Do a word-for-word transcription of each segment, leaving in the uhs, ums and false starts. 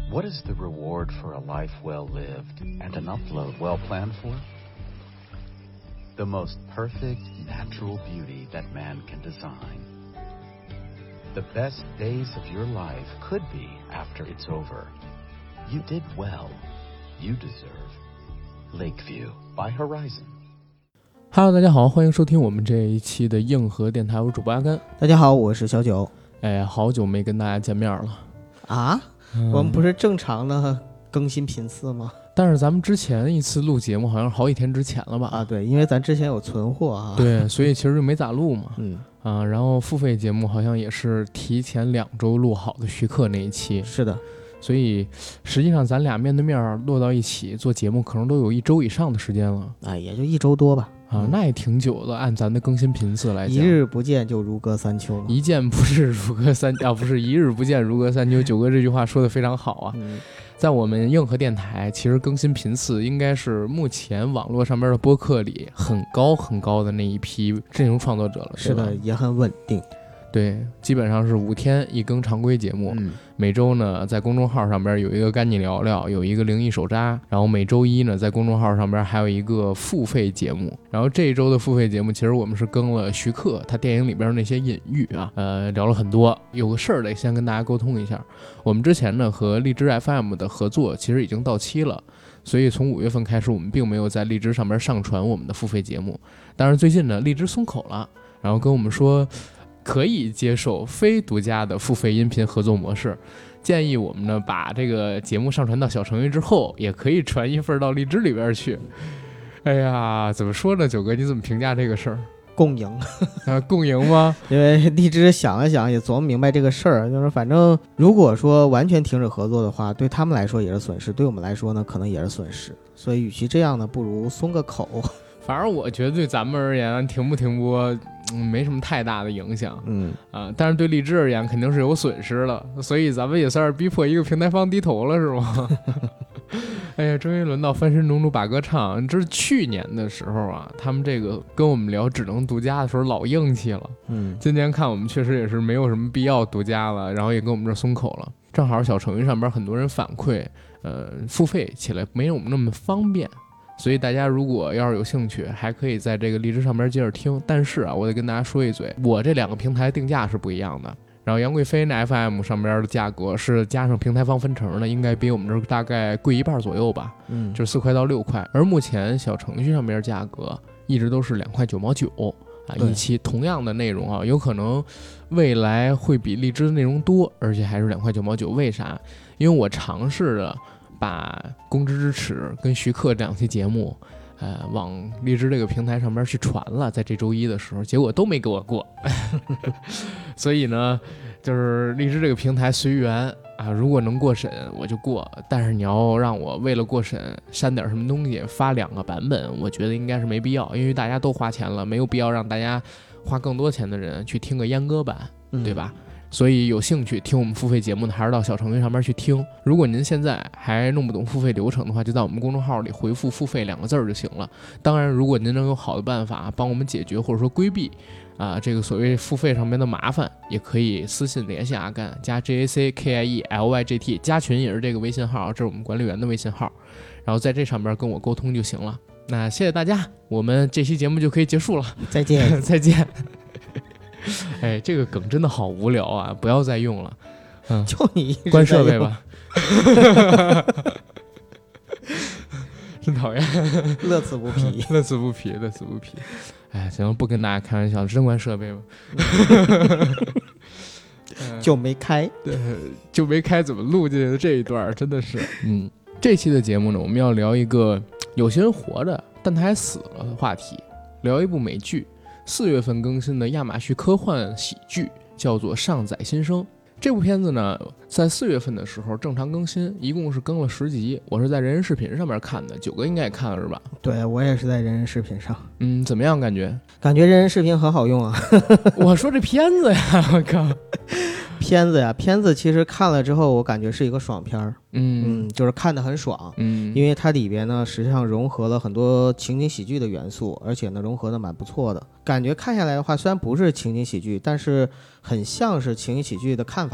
What is the reward for a life well lived and an upload well planned for? The most perfect natural beauty that man can design. The best days of your life could be after it's over. You did well. You deserve Lakeview by Horizon.Hello， 大家好，欢迎收听我们这一期的硬核电台，我是主播阿甘。 大家好，我是小九。 哎，好久没跟大家见面了啊、嗯！我们不是正常的更新频次吗？ 但是咱们之前一次录节目好像是好几天之前了吧？ 啊，对，因为咱之前有存货啊。 对，所以其实就没咋录嘛。 嗯啊，然后付费节目好像也是提前两周录好的徐克那一期。 是的。 所以实际上咱俩面对面落到一起做节目可能都有一周以上的时间了。 哎，也就一周多吧。 啊，那也挺久的，按咱的更新频次来讲， 一日不见就如隔三秋嘛。 一见不是如隔三啊，不是一日不见如隔三秋。九哥这句话说的非常好啊。 嗯， 在我们硬核电台，其实更新频次应该是目前网络上边的播客里很高很高的那一批内容创作者了。 是的，也很稳定。 对，基本上是五天一更常规节目、 嗯、 每周呢在公众号上边有一个赶紧聊聊，有一个灵异手札，然后每周一呢在公众号上边还有一个付费节目。然后这一周的付费节目其实我们是更了徐克他电影里边那些隐喻啊，呃聊了很多。有个事儿得先跟大家沟通一下，我们之前呢和荔枝 F M 的合作其实已经到期了，所以从五月份开始我们并没有在荔枝上边上传我们的付费节目。但是最近呢荔枝松口了，然后跟我们说可以接受非独家的付费音频合作模式，建议我们呢把这个节目上传到小程序之后，也可以传一份到荔枝里边去。哎呀，怎么说呢，九哥，你怎么评价这个事儿？ 共赢啊，共赢吗？ 因为荔枝想了想，也琢磨明白这个事儿，就是反正如果说完全停止合作的话，对他们来说也是损失，对我们来说呢，可能也是损失。所以，与其这样呢，不如松个口。 反正我觉得对咱们而言，停不停播、嗯、没什么太大的影响， 嗯啊，但是对荔枝而言肯定是有损失了，所以咱们也算是逼迫一个平台方低头了，是吗？哎呀，终于轮到翻身农奴把歌唱，这是去年的时候啊，他们这个跟我们聊只能独家的时候老硬气了， 嗯， 今年看我们确实也是没有什么必要独家了，然后也跟我们这松口了，正好小程序上边很多人反馈，呃，付费起来没有我们那么方便。所以大家如果要是有兴趣，还可以在这个荔枝上面接着听。但是啊，我得跟大家说一嘴，我这两个平台定价是不一样的。然后杨贵妃那 F M 上边的价格是加上平台方分成的，应该比我们这大概贵一半左右吧， 嗯， 就是四块到六块。而目前小程序上边价格一直都是两块九毛九啊，一期同样的内容啊，有可能未来会比荔枝的内容多，而且还是两块九毛九。为啥？因为我尝试着把公知之耻跟徐克这两期节目呃，往荔枝这个平台上面去传了，在这周一的时候，结果都没给我过。所以呢，就是荔枝这个平台随缘啊，如果能过审我就过，但是你要让我为了过审删点什么东西发两个版本，我觉得应该是没必要，因为大家都花钱了，没有必要让大家花更多钱的人去听个阉割版，对吧？嗯，所以有兴趣听我们付费节目的还是到小程序上面去听。如果您现在还弄不懂付费流程的话，就在我们公众号里回复付费两个字就行了。当然如果您能有好的办法帮我们解决或者说规避啊这个所谓付费上面的麻烦，也可以私信联系阿干加 J A C K I E L Y G T， 加群也是这个微信号，这是我们管理员的微信号，然后在这上面跟我沟通就行了。那谢谢大家，我们这期节目就可以结束了， 再见再见。哎，这个梗真的好无聊啊！不要再用了，嗯， 就你关设备吧，真讨厌， 乐此不疲， 乐此不疲，乐此不疲。哎，行了，不跟大家开玩笑，真关设备吧， 就没开， 对，就没开，怎么录进去的这一段，真的是，嗯，这期的节目呢，我们要聊一个有些人活着，但他还死了的话题，聊一部美剧。四月份更新的亚马逊科幻喜剧叫做《上载新生》。这部片子呢，在四月份的时候正常更新，一共是更了十集。我是在人人视频上面看的，九哥应该也看了是吧？ 对，我也是在人人视频上。 嗯，怎么样感觉？ 感觉人人视频很好用啊。 我说这片子呀，我靠， 片子呀，片子其实看了之后，我感觉是一个爽片儿。 嗯嗯，就是看得很爽。 嗯， 因为它里边呢，实际上融合了很多情景喜剧的元素，而且呢，融合的蛮不错的。感觉看下来的话，虽然不是情景喜剧，但是很像是情景喜剧的看法。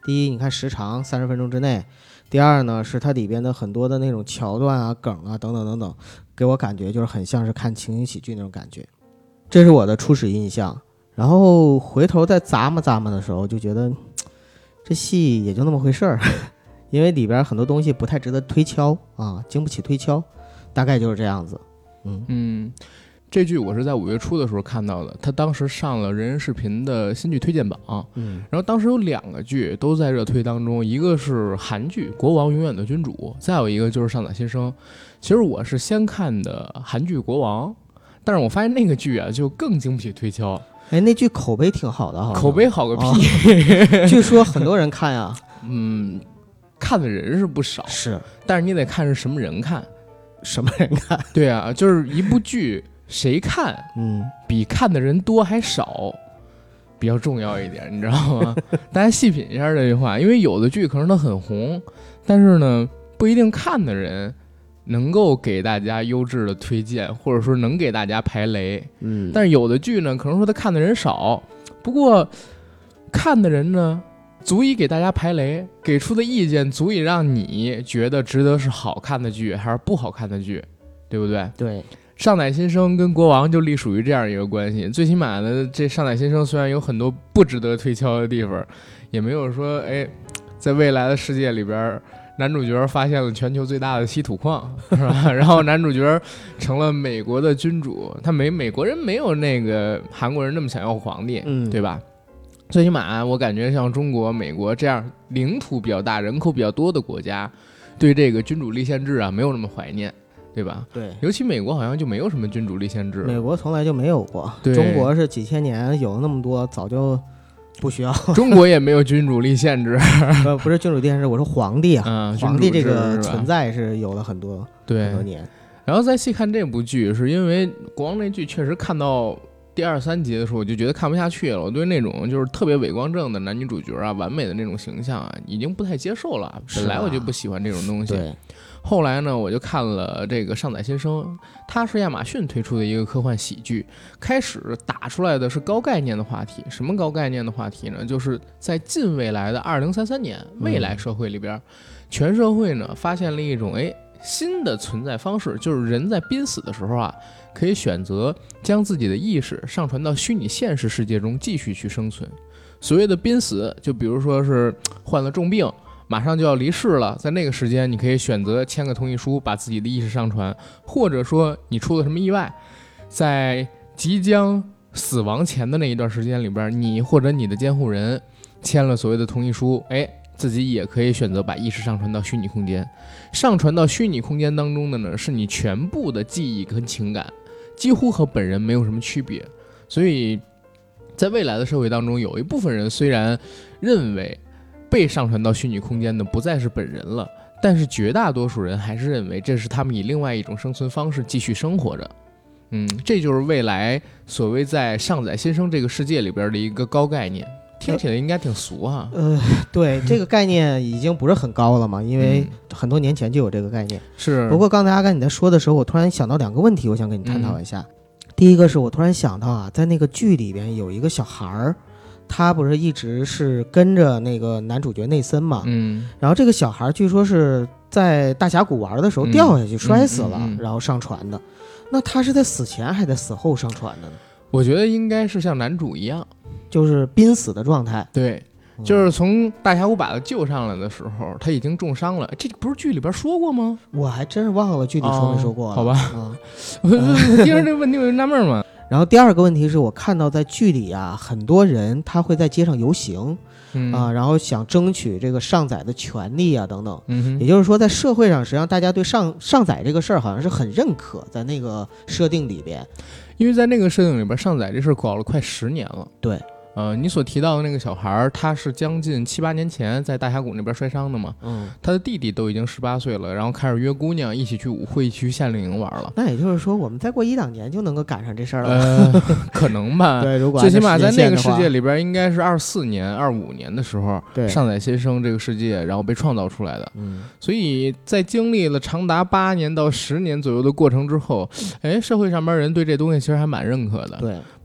第一，你看时长三十分钟之内；第二呢，是它里边的很多的那种桥段啊、梗啊等等等等，给我感觉就是很像是看情景喜剧那种感觉。这是我的初始印象。然后回头再咂摸咂摸的时候，就觉得这戏也就那么回事儿，因为里边很多东西不太值得推敲啊，经不起推敲，大概就是这样子。嗯嗯，这剧我是在五月初的时候看到的，他当时上了人人视频的新剧推荐榜， 嗯， 然后当时有两个剧都在热推当中，一个是韩剧《国王永远的君主》，再有一个就是《上载新生》。其实我是先看的韩剧《国王》，但是我发现那个剧啊就更经不起推敲。 哎，那剧口碑挺好的，好像口碑好个屁！ 哦、据说很多人看呀， 嗯，看的人是不少， 是， 但是你得看是什么人看， 什么人看？ 对啊，就是一部剧谁看， 嗯， 比看的人多还少比较重要一点，你知道吗？大家细品一下这句话，因为有的剧可能它很红，但是呢，不一定看的人能够给大家优质的推荐，或者说能给大家排雷。 嗯， 但是有的剧呢，可能说他看的人少，不过看的人呢，足以给大家排雷，给出的意见足以让你觉得值得是好看的剧还是不好看的剧，对不对？ 对。 上载新生跟国王就隶属于这样一个关系，最起码的这上载新生虽然有很多不值得推敲的地方，也没有说哎，在未来的世界里边男主角发现了全球最大的稀土矿，是吧？然后男主角成了美国的君主，他没美国人没有那个韩国人那么想要皇帝， 嗯， 对吧？最起码我感觉像中国、美国这样领土比较大、人口比较多的国家，对这个君主立宪制啊没有那么怀念，对吧？ 对， 尤其美国好像就没有什么君主立宪制， 美国从来就没有过， 对， 中国是几千年有那么多，早就不需要。 中国也没有君主立宪制， 呃，不是君主立宪制，我说皇帝啊， 嗯、 皇帝这个存在是有了很多对很多年。 然后再细看这部剧，是因为国王那剧确实看到第二三集的时候，我就觉得看不下去了。我对那种就是特别伪光正的男女主角啊，完美的那种形象啊，已经不太接受了。本来我就不喜欢这种东西。 对。 后来呢，我就看了这个《上载新生》，它是亚马逊推出的一个科幻喜剧。开始打出来的是高概念的话题，什么高概念的话题呢？就是在近未来的二零三三年，未来社会里边，嗯、全社会呢发现了一种哎新的存在方式，就是人在濒死的时候啊，可以选择将自己的意识上传到虚拟现实世界中继续去生存。所谓的濒死，就比如说是患了重病。马上就要离世了，在那个时间，你可以选择签个同意书，把自己的意识上传，或者说你出了什么意外，在即将死亡前的那一段时间里边，你或者你的监护人签了所谓的同意书，哎，自己也可以选择把意识上传到虚拟空间。上传到虚拟空间当中的呢，是你全部的记忆跟情感，几乎和本人没有什么区别。所以，在未来的社会当中，有一部分人虽然认为被上传到虚拟空间的不再是本人了，但是绝大多数人还是认为这是他们以另外一种生存方式继续生活着。嗯，这就是未来所谓在上载新生这个世界里边的一个高概念，听起来应该挺俗哈。 呃，对，这个概念已经不是很高了嘛，因为很多年前就有这个概念。 是。 不过刚才阿甘你在说的时候，我突然想到两个问题，我想跟你探讨一下。嗯、第一个是我突然想到啊，在那个剧里边有一个小孩儿。他不是一直是跟着那个男主角内森嘛， 嗯， 然后这个小孩据说是在大峡谷玩的时候掉下去、嗯、摔死了、嗯嗯嗯，然后上传的。那他是在死前还在死后上传的呢？ 我觉得应该是像男主一样， 就是濒死的状态。 对，就是从大峡谷把他救上来的时候，他已经重伤了。这不是剧里边说过吗？ 我还真是忘了具体说没说过了、 哦、好吧， 啊， 我听着这个问题我就纳闷嘛。 然后第二个问题是我看到在剧里啊，很多人他会在街上游行， 嗯、 啊，然后想争取这个上载的权利啊等等。 嗯， 也就是说，在社会上，实际上大家对上上载这个事儿好像是很认可，在那个设定里边， 因为在那个设定里边，上载这事儿搞了快十年了。 对。 呃，你所提到的那个小孩，他是将近七八年前在大峡谷那边摔伤的嘛？ 嗯， 他的弟弟都已经十八岁了，然后开始约姑娘一起去舞会、去夏令营玩了。 那也就是说，我们再过一两年就能够赶上这事儿了。 呃，可能吧。 对，如果最起码在那个世界里边，应该是二四年、二五年的时候， 对， 上载新生这个世界，然后被创造出来的。 嗯， 所以在经历了长达八年到十年左右的过程之后，哎，社会上面人对这东西其实还蛮认可的。 对。 不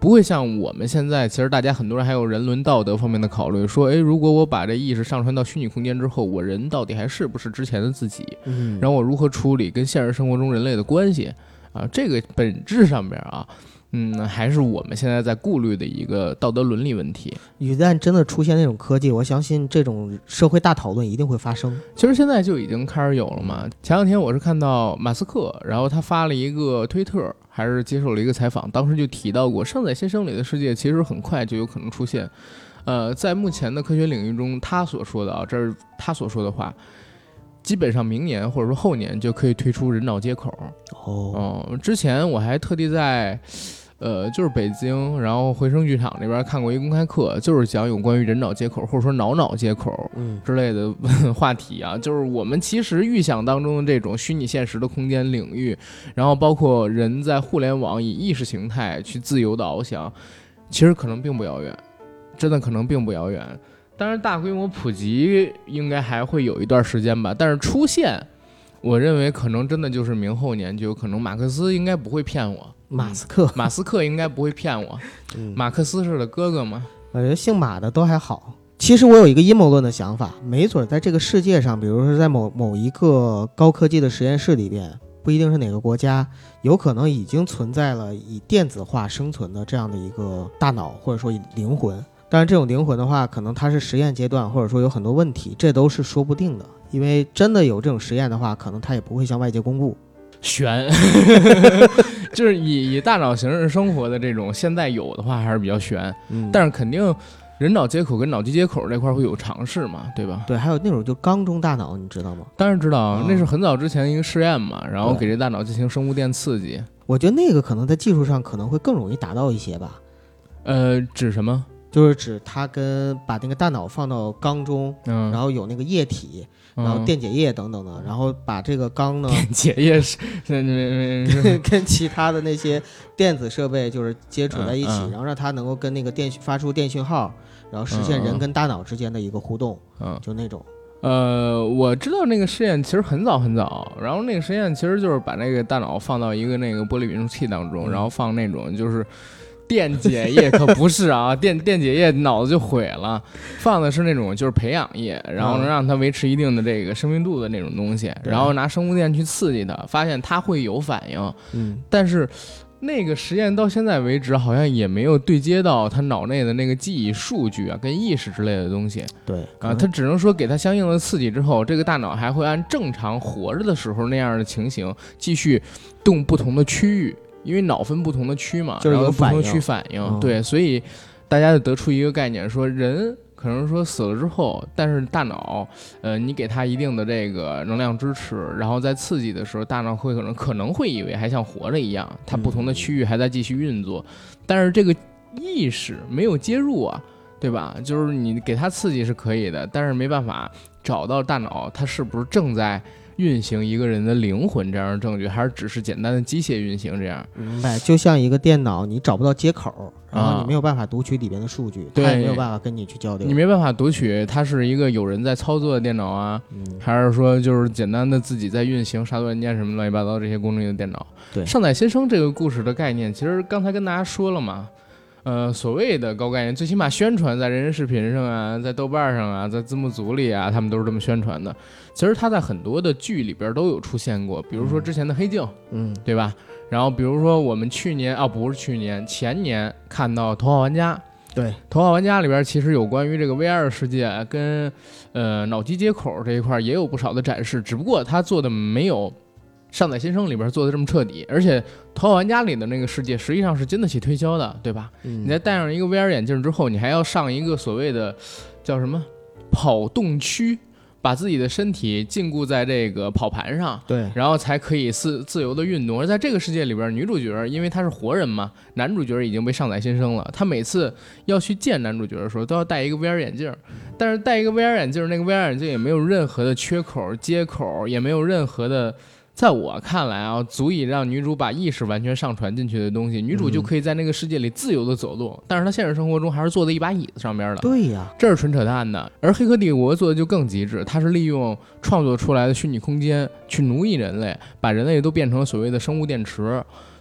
不会像我们现在，其实大家很多人还有人伦道德方面的考虑，说，哎，如果我把这意识上传到虚拟空间之后，我人到底还是不是之前的自己？ 嗯， 然后我如何处理跟现实生活中人类的关系啊？这个本质上边啊。嗯，还是我们现在在顾虑的一个道德伦理问题。 一旦真的出现那种科技，我相信这种社会大讨论一定会发生。 其实现在就已经开始有了嘛。前两天我是看到马斯克，然后他发了一个推特，还是接受了一个采访，当时就提到过，上载新生里的世界其实很快就有可能出现。呃，在目前的科学领域中，他所说的啊，这是他所说的话。基本上明年或者说后年就可以推出人脑接口。 哦、 嗯，之前我还特地在，呃，就是北京，然后回声剧场那边看过一个公开课，就是讲有关于人脑接口或者说脑脑接口之类的话题啊。就是我们其实预想当中的这种虚拟现实的空间领域，然后包括人在互联网以意识形态去自由的翱翔，其实可能并不遥远，真的可能并不遥远。当然大规模普及应该还会有一段时间吧，但是出现我认为可能真的就是明后年就有可能。马克思应该不会骗我， 马斯克马斯克应该不会骗我、嗯、马克思是的哥哥嘛， 我觉得姓马的都还好。其实我有一个阴谋论的想法，没准在这个世界上，比如说在某某一个高科技的实验室里边，不一定是哪个国家，有可能已经存在了以电子化生存的这样的一个大脑，或者说灵魂。当然这种灵魂的话，可能它是实验阶段，或者说有很多问题，这都是说不定的。因为真的有这种实验的话，可能它也不会向外界公布。 悬就是以以大脑形式生活的这种现在有的话还是比较悬、嗯、但是肯定人脑接口跟脑机接口这块会有尝试嘛，对吧？ 对，还有那种就缸中大脑，你知道吗？ 当然知道、哦、那是很早之前一个试验嘛，然后给这大脑进行生物电刺激。 我觉得那个可能在技术上可能会更容易达到一些吧。 呃，指什么？ 就是指它跟把那个大脑放到缸中、嗯、然后有那个液体，然后电解液等等的、嗯、然后把这个缸呢， 电解液是跟, 跟其他的那些电子设备就是接触在一起、嗯嗯、然后让它能够跟那个电发出电讯号，然后实现人跟大脑之间的一个互动，嗯，就那种。 呃，我知道那个实验其实很早很早，然后那个实验其实就是把那个大脑放到一个那个玻璃运输器当中、嗯、然后放那种就是电解液，可不是啊，电电解液脑子就毁了，放的是那种就是培养液，然后能让它维持一定的这个生命度的那种东西、嗯、然后拿生物电去刺激它，发现它会有反应，嗯，但是那个实验到现在为止好像也没有对接到他脑内的那个记忆数据啊跟意识之类的东西。 对啊，他只能说给他相应的刺激之后，这个大脑还会按正常活着的时候那样的情形继续动不同的区域，因为脑分不同的区嘛， 就是有不同的区反应、嗯、对，所以大家就得出一个概念，说人可能说死了之后，但是大脑呃你给他一定的这个能量支持，然后在刺激的时候大脑会可能可能会以为还像活着一样，它不同的区域还在继续运作、嗯、但是这个意识没有接入啊，对吧？就是你给他刺激是可以的，但是没办法找到大脑它是不是正在运行一个人的灵魂这样的证据，还是只是简单的机械运行这样。 明白，就像一个电脑你找不到接口，然后你没有办法读取里边的数据、啊、它也没有办法跟你去交流， 你没办法读取它是一个有人在操作的电脑啊、嗯、还是说就是简单的自己在运行杀毒软件什么乱七八糟这些功能的电脑。 对， 上载新生这个故事的概念其实刚才跟大家说了嘛，呃，所谓的高概念，最起码宣传在人人视频上啊，在豆瓣上啊，在字幕组里啊，他们都是这么宣传的。其实它在很多的剧里边都有出现过，比如说之前的黑镜，嗯，对吧？然后比如说我们去年啊，不是去年，前年看到《头号玩家》， 对，《 头号玩家》里边其实有关于这个 V R 世界跟呃脑机接口这一块也有不少的展示，只不过他做的没有上载新生里边做的这么彻底，而且头号玩家里的那个世界实际上是经得起推销的，对吧、嗯、你在戴上一个 V R 眼镜之后，你还要上一个所谓的叫什么跑动区，把自己的身体禁锢在这个跑盘上， 对， 然后才可以自自由的运动。而在这个世界里边，女主角因为她是活人嘛，男主角已经被上载新生了，她每次要去见男主角的时候都要戴一个 V R 眼镜，但是戴一个 V R 眼镜，那个 V R 眼镜也没有任何的缺口接口，也没有任何的，在我看来啊，足以让女主把意识完全上传进去的东西，女主就可以在那个世界里自由的走动、嗯、但是她现实生活中还是坐在一把椅子上边的。 对呀， 这是纯扯淡的。而黑客帝国做的就更极致，它是利用创作出来的虚拟空间去奴役人类，把人类都变成了所谓的生物电池。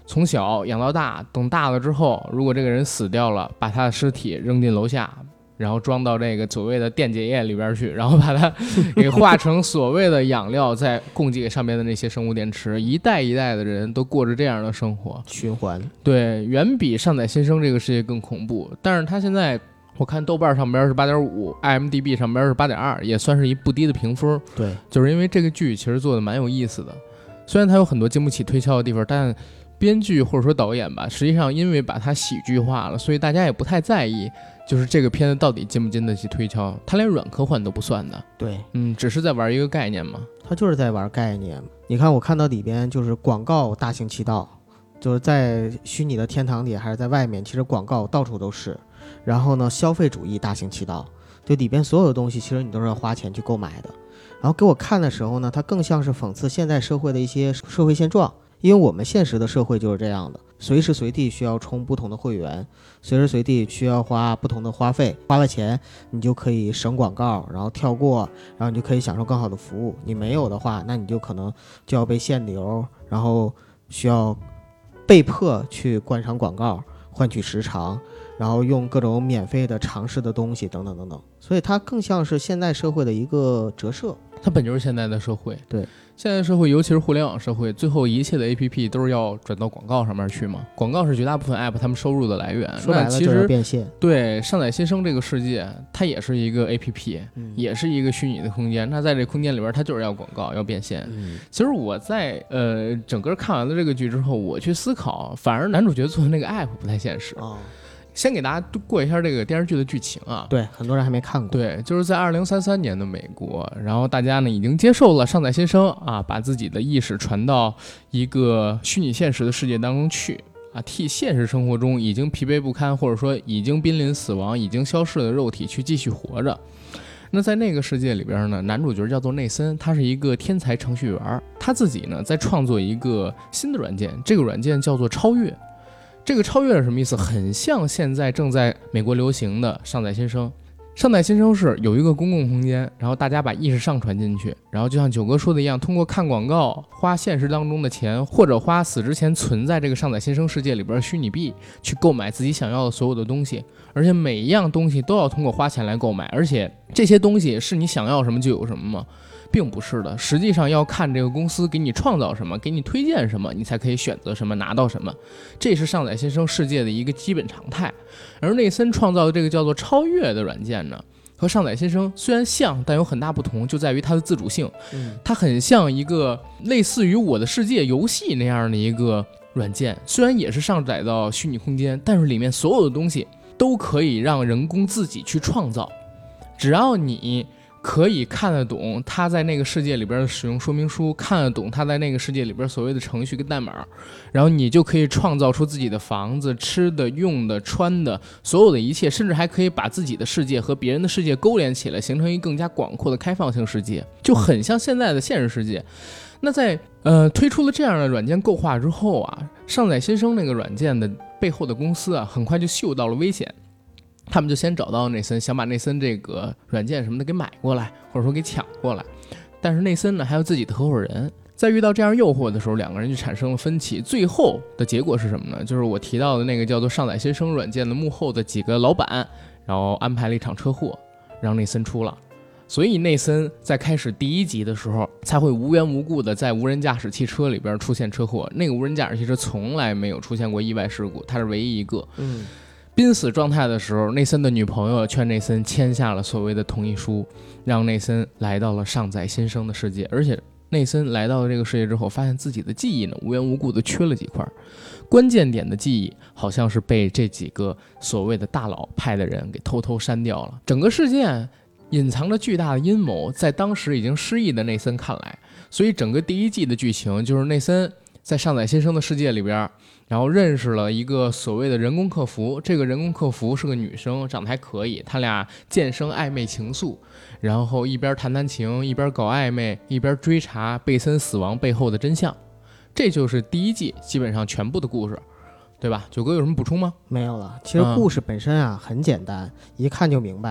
从小养到大，等大了之后，如果这个人死掉了，把他的尸体扔进楼下，然后装到这个所谓的电解液里边去，然后把它给化成所谓的养料，再供给给上面的那些生物电池，一代一代的人都过着这样的生活， 循环。 对，远比上载新生这个世界更恐怖。但是他现在我看豆瓣上边是 八点五 I M D B 上边是 八点二， 也算是一不低的评分。 对， 就是因为这个剧其实做的蛮有意思的，虽然它有很多经不起推敲的地方，但编剧或者说导演吧，实际上因为把它喜剧化了，所以大家也不太在意就是这个片子到底经不经得起推敲，它连软科幻都不算的。 对， 嗯，只是在玩一个概念嘛。 它就是在玩概念。你看我看到里边就是广告大行其道，就是在虚拟的天堂里还是在外面，其实广告到处都是。然后呢，消费主义大行其道，就里边所有的东西其实你都是要花钱去购买的。然后给我看的时候呢，它更像是讽刺现在社会的一些社会现状，因为我们现实的社会就是这样的，随时随地需要充不同的会员，随时随地需要花不同的花费，花了钱你就可以省广告，然后跳过，然后你就可以享受更好的服务。你没有的话，那你就可能就要被限流，然后需要被迫去观赏广告换取时长，然后用各种免费的尝试的东西等等等等。所以它更像是现代社会的一个折射， 它本就是现在的社会。 对， 现在社会尤其是互联网社会，最后一切的 A P P 都是要转到广告上面去嘛，广告是绝大部分 App 他们收入的来源。 说白了就是变现。 对，上载新生这个世界它也是一个 A P P、嗯、也是一个虚拟的空间，那在这空间里边它就是要广告要变现、嗯、其实我在呃整个看完了这个剧之后，我去思考，反而男主角做的那个 App 不太现实、哦，先给大家过一下这个电视剧的剧情啊。 对，很多人还没看过。 对，就是在二零三三年的美国，然后大家呢已经接受了上载新生啊，把自己的意识传到一个虚拟现实的世界当中去啊，替现实生活中已经疲惫不堪或者说已经濒临死亡、已经消逝的肉体去继续活着。那在那个世界里边呢，男主角叫做内森，他是一个天才程序员，他自己呢在创作一个新的软件，这个软件叫做超越。这个超越是什么意思？很像现在正在美国流行的上载新生。上载新生是有一个公共空间，然后大家把意识上传进去，然后就像九哥说的一样，通过看广告、花现实当中的钱，或者花死之前存在这个上载新生世界里边的虚拟币，去购买自己想要的所有的东西。而且每一样东西都要通过花钱来购买，而且这些东西是你想要什么就有什么吗？并不是的，实际上要看这个公司给你创造什么，给你推荐什么，你才可以选择什么，拿到什么。这是上载新生世界的一个基本常态。而内森创造的这个叫做超越的软件呢，和上载新生虽然像，但有很大不同，就在于它的自主性。嗯，它很像一个类似于我的世界游戏那样的一个软件，虽然也是上载到虚拟空间，但是里面所有的东西都可以让人工自己去创造，只要你可以看得懂他在那个世界里边的使用说明书，看得懂他在那个世界里边所谓的程序跟代码，然后你就可以创造出自己的房子、吃的、用的、穿的，所有的一切，甚至还可以把自己的世界和别人的世界勾连起来，形成一个更加广阔的开放性世界，就很像现在的现实世界。那在呃推出了这样的软件构化之后啊，上载新生那个软件的背后的公司啊，很快就嗅到了危险。他们就先找到内森，想把内森这个软件什么的给买过来，或者说给抢过来。但是内森呢还有自己的合伙人，在遇到这样诱惑的时候，两个人就产生了分歧。最后的结果是什么呢？就是我提到的那个叫做上载新生软件的幕后的几个老板，然后安排了一场车祸，让内森出了。所以内森在开始第一集的时候才会无缘无故的在无人驾驶汽车里边出现车祸。那个无人驾驶汽车从来没有出现过意外事故，它是唯一一个。嗯。濒死状态的时候，内森的女朋友劝内森签下了所谓的同意书，让内森来到了上载新生的世界。而且内森来到了这个世界之后，发现自己的记忆呢无缘无故的缺了几块，关键点的记忆好像是被这几个所谓的大佬派的人给偷偷删掉了。整个事件隐藏着巨大的阴谋，在当时已经失忆的内森看来，所以整个第一季的剧情就是内森在上载新生的世界里边，然后认识了一个所谓的人工客服，这个人工客服是个女生，长得还可以，他俩渐生暧昧情愫，然后一边谈谈情，一边搞暧昧，一边追查贝森死亡背后的真相。这就是第一季基本上全部的故事，对吧？九哥有什么补充吗？ 没有了。其实故事本身啊、嗯、很简单，一看就明白。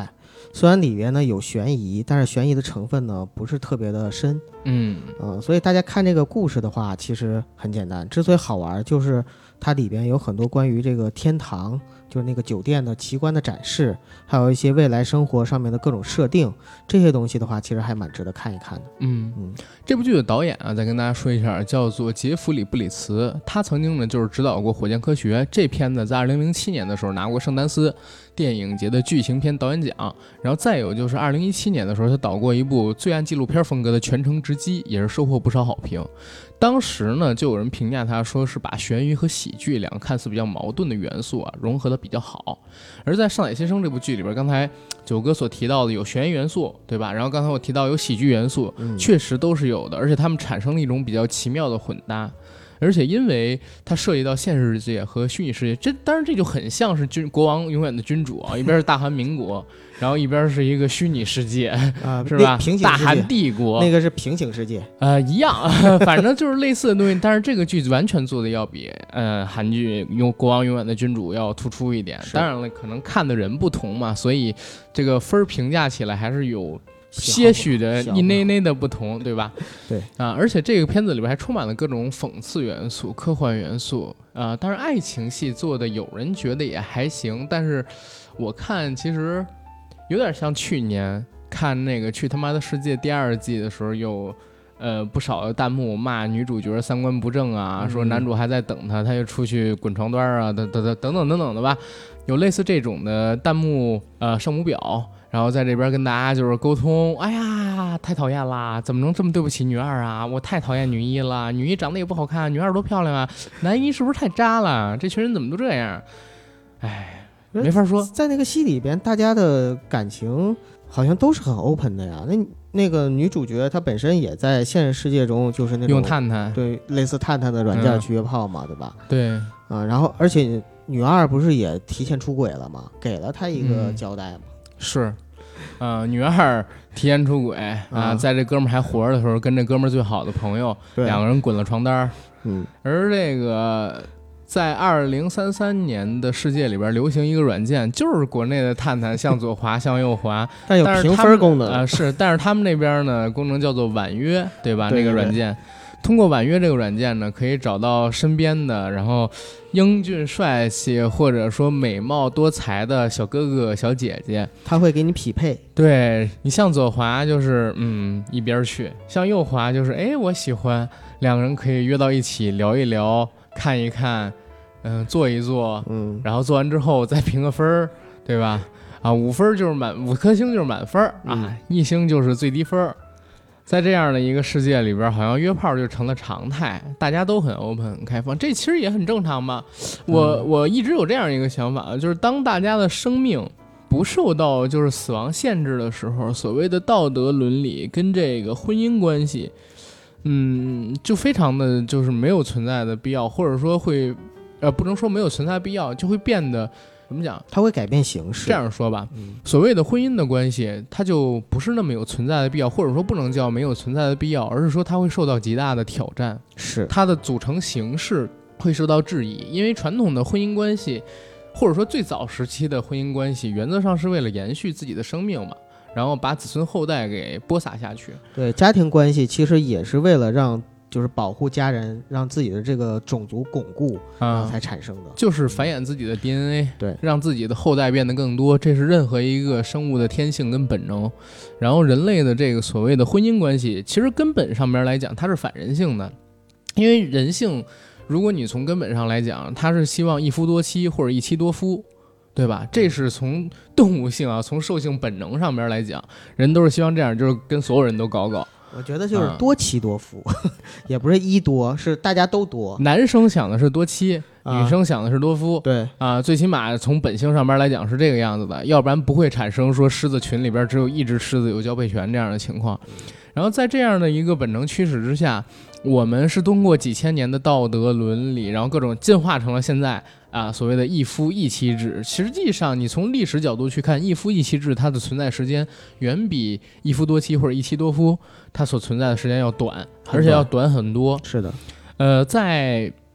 虽然里边呢有悬疑，但是悬疑的成分呢不是特别的深。 嗯嗯、呃，所以大家看这个故事的话，其实很简单。之所以好玩，就是它里边有很多关于这个天堂，就是那个酒店的奇观的展示，还有一些未来生活上面的各种设定，这些东西的话，其实还蛮值得看一看的。 嗯嗯， 这部剧的导演啊，再跟大家说一下，叫做杰弗里·布里茨，他曾经呢就是指导过《火箭科学》这片子，在二零零七年的时候拿过圣丹斯电影节的剧情片导演奖，然后再有就是二零一七年的时候，他导过一部罪案纪录片风格的《全城直击》，也是收获不少好评。当时呢，就有人评价他说是把悬疑和喜剧两个看似比较矛盾的元素啊融合的比较好。而在《上海先生》这部剧里边，刚才九哥所提到的有悬疑元素，对吧？然后刚才我提到有喜剧元素， 嗯、 确实都是有的，而且他们产生了一种比较奇妙的混搭。而且因为它涉及到现实世界和虚拟世界，这当然这就很像是君国王永远的君主啊，一边是大韩民国，然后一边是一个虚拟世界啊、 呃， 是吧？ 平行世界大韩帝国那个是平行世界， 呃，一样，反正就是类似的东西。但是这个剧完全做的要比呃韩剧用国王永远的君主要突出一点。当然了，可能看的人不同嘛，所以这个分评价起来还是有些许的一内内的不同，对吧？ 对啊，而且这个片子里边还充满了各种讽刺元素、科幻元素啊。当然，爱情戏做的有人觉得也还行，但是我看其实有点像去年看那个《去他妈的世界》第二季的时候，有呃不少的弹幕骂女主角三观不正啊， 嗯、 说男主还在等她，他就出去滚床单啊，等等等等等等等的吧，有类似这种的弹幕呃圣母婊。然后在这边跟大家就是沟通，哎呀，太讨厌啦！怎么能这么对不起女二啊？我太讨厌女一了，女一长得也不好看，女二多漂亮啊！男一是不是太渣了？这群人怎么都这样？哎，没法说。 在那个戏里边，大家的感情好像都是很 open 的呀。那那个女主角她本身也在现实世界中就是那种用探探， 对，类似探探的软件去约炮嘛，嗯、对吧？ 对， 啊、嗯，然后而且女二不是也提前出轨了吗？给了她一个交代嘛。 嗯、是。呃，女二提前出轨啊、呃，在这哥们儿还活着的时候，跟这哥们儿最好的朋友两个人滚了床单。 嗯， 而这个在二零三三年的世界里边流行一个软件，就是国内的探探，向左滑，向右滑， 但有评分功能啊、呃，是，但是他们那边呢，功能叫做婉约，对吧？ 对对对， 那个软件。通过婉约这个软件呢，可以找到身边的，然后英俊帅气或者说美貌多才的小哥哥小姐姐， 他会给你匹配。 对，你向左滑就是嗯一边去，向右滑就是哎我喜欢，两个人可以约到一起聊一聊，看一看，嗯、呃、坐一坐， 嗯， 然后做完之后再评个分儿，对吧？啊，五分就是满，五颗星就是满分啊， 嗯、 一星就是最低分。在这样的一个世界里边，好像约炮就成了常态，大家都很 open 很开放，这其实也很正常吧。我、嗯、我一直有这样一个想法，就是当大家的生命不受到就是死亡限制的时候，所谓的道德伦理跟这个婚姻关系，嗯，就非常的就是没有存在的必要，或者说会，呃，不能说没有存在必要，就会变得。怎么讲？ 它会改变形式。 这样说吧， 嗯、 所谓的婚姻的关系，它就不是那么有存在的必要，或者说不能叫没有存在的必要，而是说它会受到极大的挑战。 是它的组成形式会受到质疑，因为传统的婚姻关系，或者说最早时期的婚姻关系，原则上是为了延续自己的生命嘛，然后把子孙后代给播撒下去。 对，家庭关系其实也是为了让。就是保护家人，让自己的这个种族巩固啊，才产生的， 就是繁衍自己的 D N A， 对， 让自己的后代变得更多，这是任何一个生物的天性跟本能。然后人类的这个所谓的婚姻关系，其实根本上面来讲，它是反人性的，因为人性，如果你从根本上来讲，它是希望一夫多妻或者一妻多夫。对吧？这是从动物性啊，从兽性本能上面来讲，人都是希望这样，就是跟所有人都搞搞。 我觉得就是多妻多夫，嗯、也不是一多，是大家都多。 男生想的是多妻，啊、女生想的是多夫。 对啊，最起码从本性上边来讲是这个样子的，要不然不会产生说狮子群里边只有一只狮子有交配权这样的情况。然后在这样的一个本能驱使之下，我们是通过几千年的道德伦理，然后各种进化成了现在啊所谓的一夫一妻制。实际上你从历史角度去看，一夫一妻制它的存在时间远比一夫多妻或者一妻多夫它所存在的时间要短，而且要短很多。 是的， 呃，在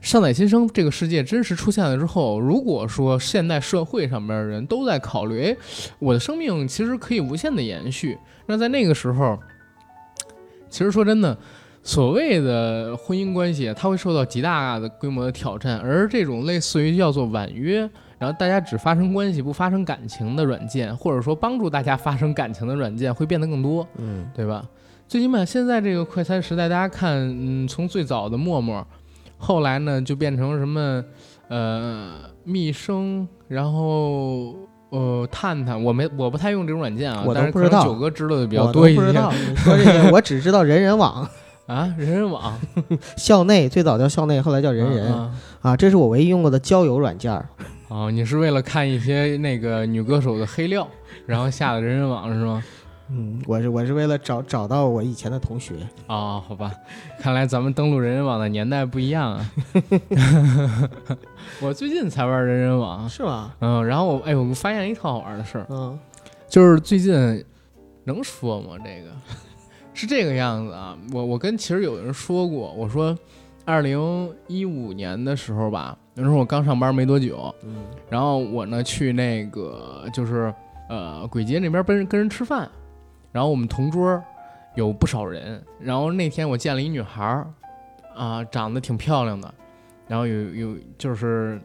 上载新生这个世界真实出现了之后，如果说现代社会上面的人都在考虑，哎，我的生命其实可以无限的延续，那在那个时候，其实说真的，所谓的婚姻关系它会受到极大的规模的挑战，而这种类似于叫做婉约，然后大家只发生关系不发生感情的软件，或者说帮助大家发生感情的软件会变得更多， 嗯， 对吧？最起码现在这个快餐时代，大家看，嗯，从最早的陌陌，后来呢就变成什么，呃，蜜生，然后呃探探，我没我不太用这种软件啊， 我但是都不知道， 九哥知道的比较多一些。 我都不知道，你说这些，我只知道人人网啊，人人网， 校内最早叫校内，后来叫人人、 啊, 啊，这是我唯一用过的交友软件。 哦，你是为了看一些那个女歌手的黑料，然后下的人人网是吗？ 嗯，我是我是为了找找到我以前的同学。 哦，好吧，看来咱们登录人人网的年代不一样啊。我最近才玩人人网， 是吗？ 嗯，然后我哎，我发现一特好玩的事儿， 嗯， 就是最近能说吗？这个是这个样子啊。我我跟其实有人说过，我说二零一五年的时候吧，那时候我刚上班没多久， 嗯， 然后我呢去那个就是呃簋街那边跟人跟人吃饭。然后我们同桌有不少人，然后那天我见了一女孩啊，长得挺漂亮的，然后有有就是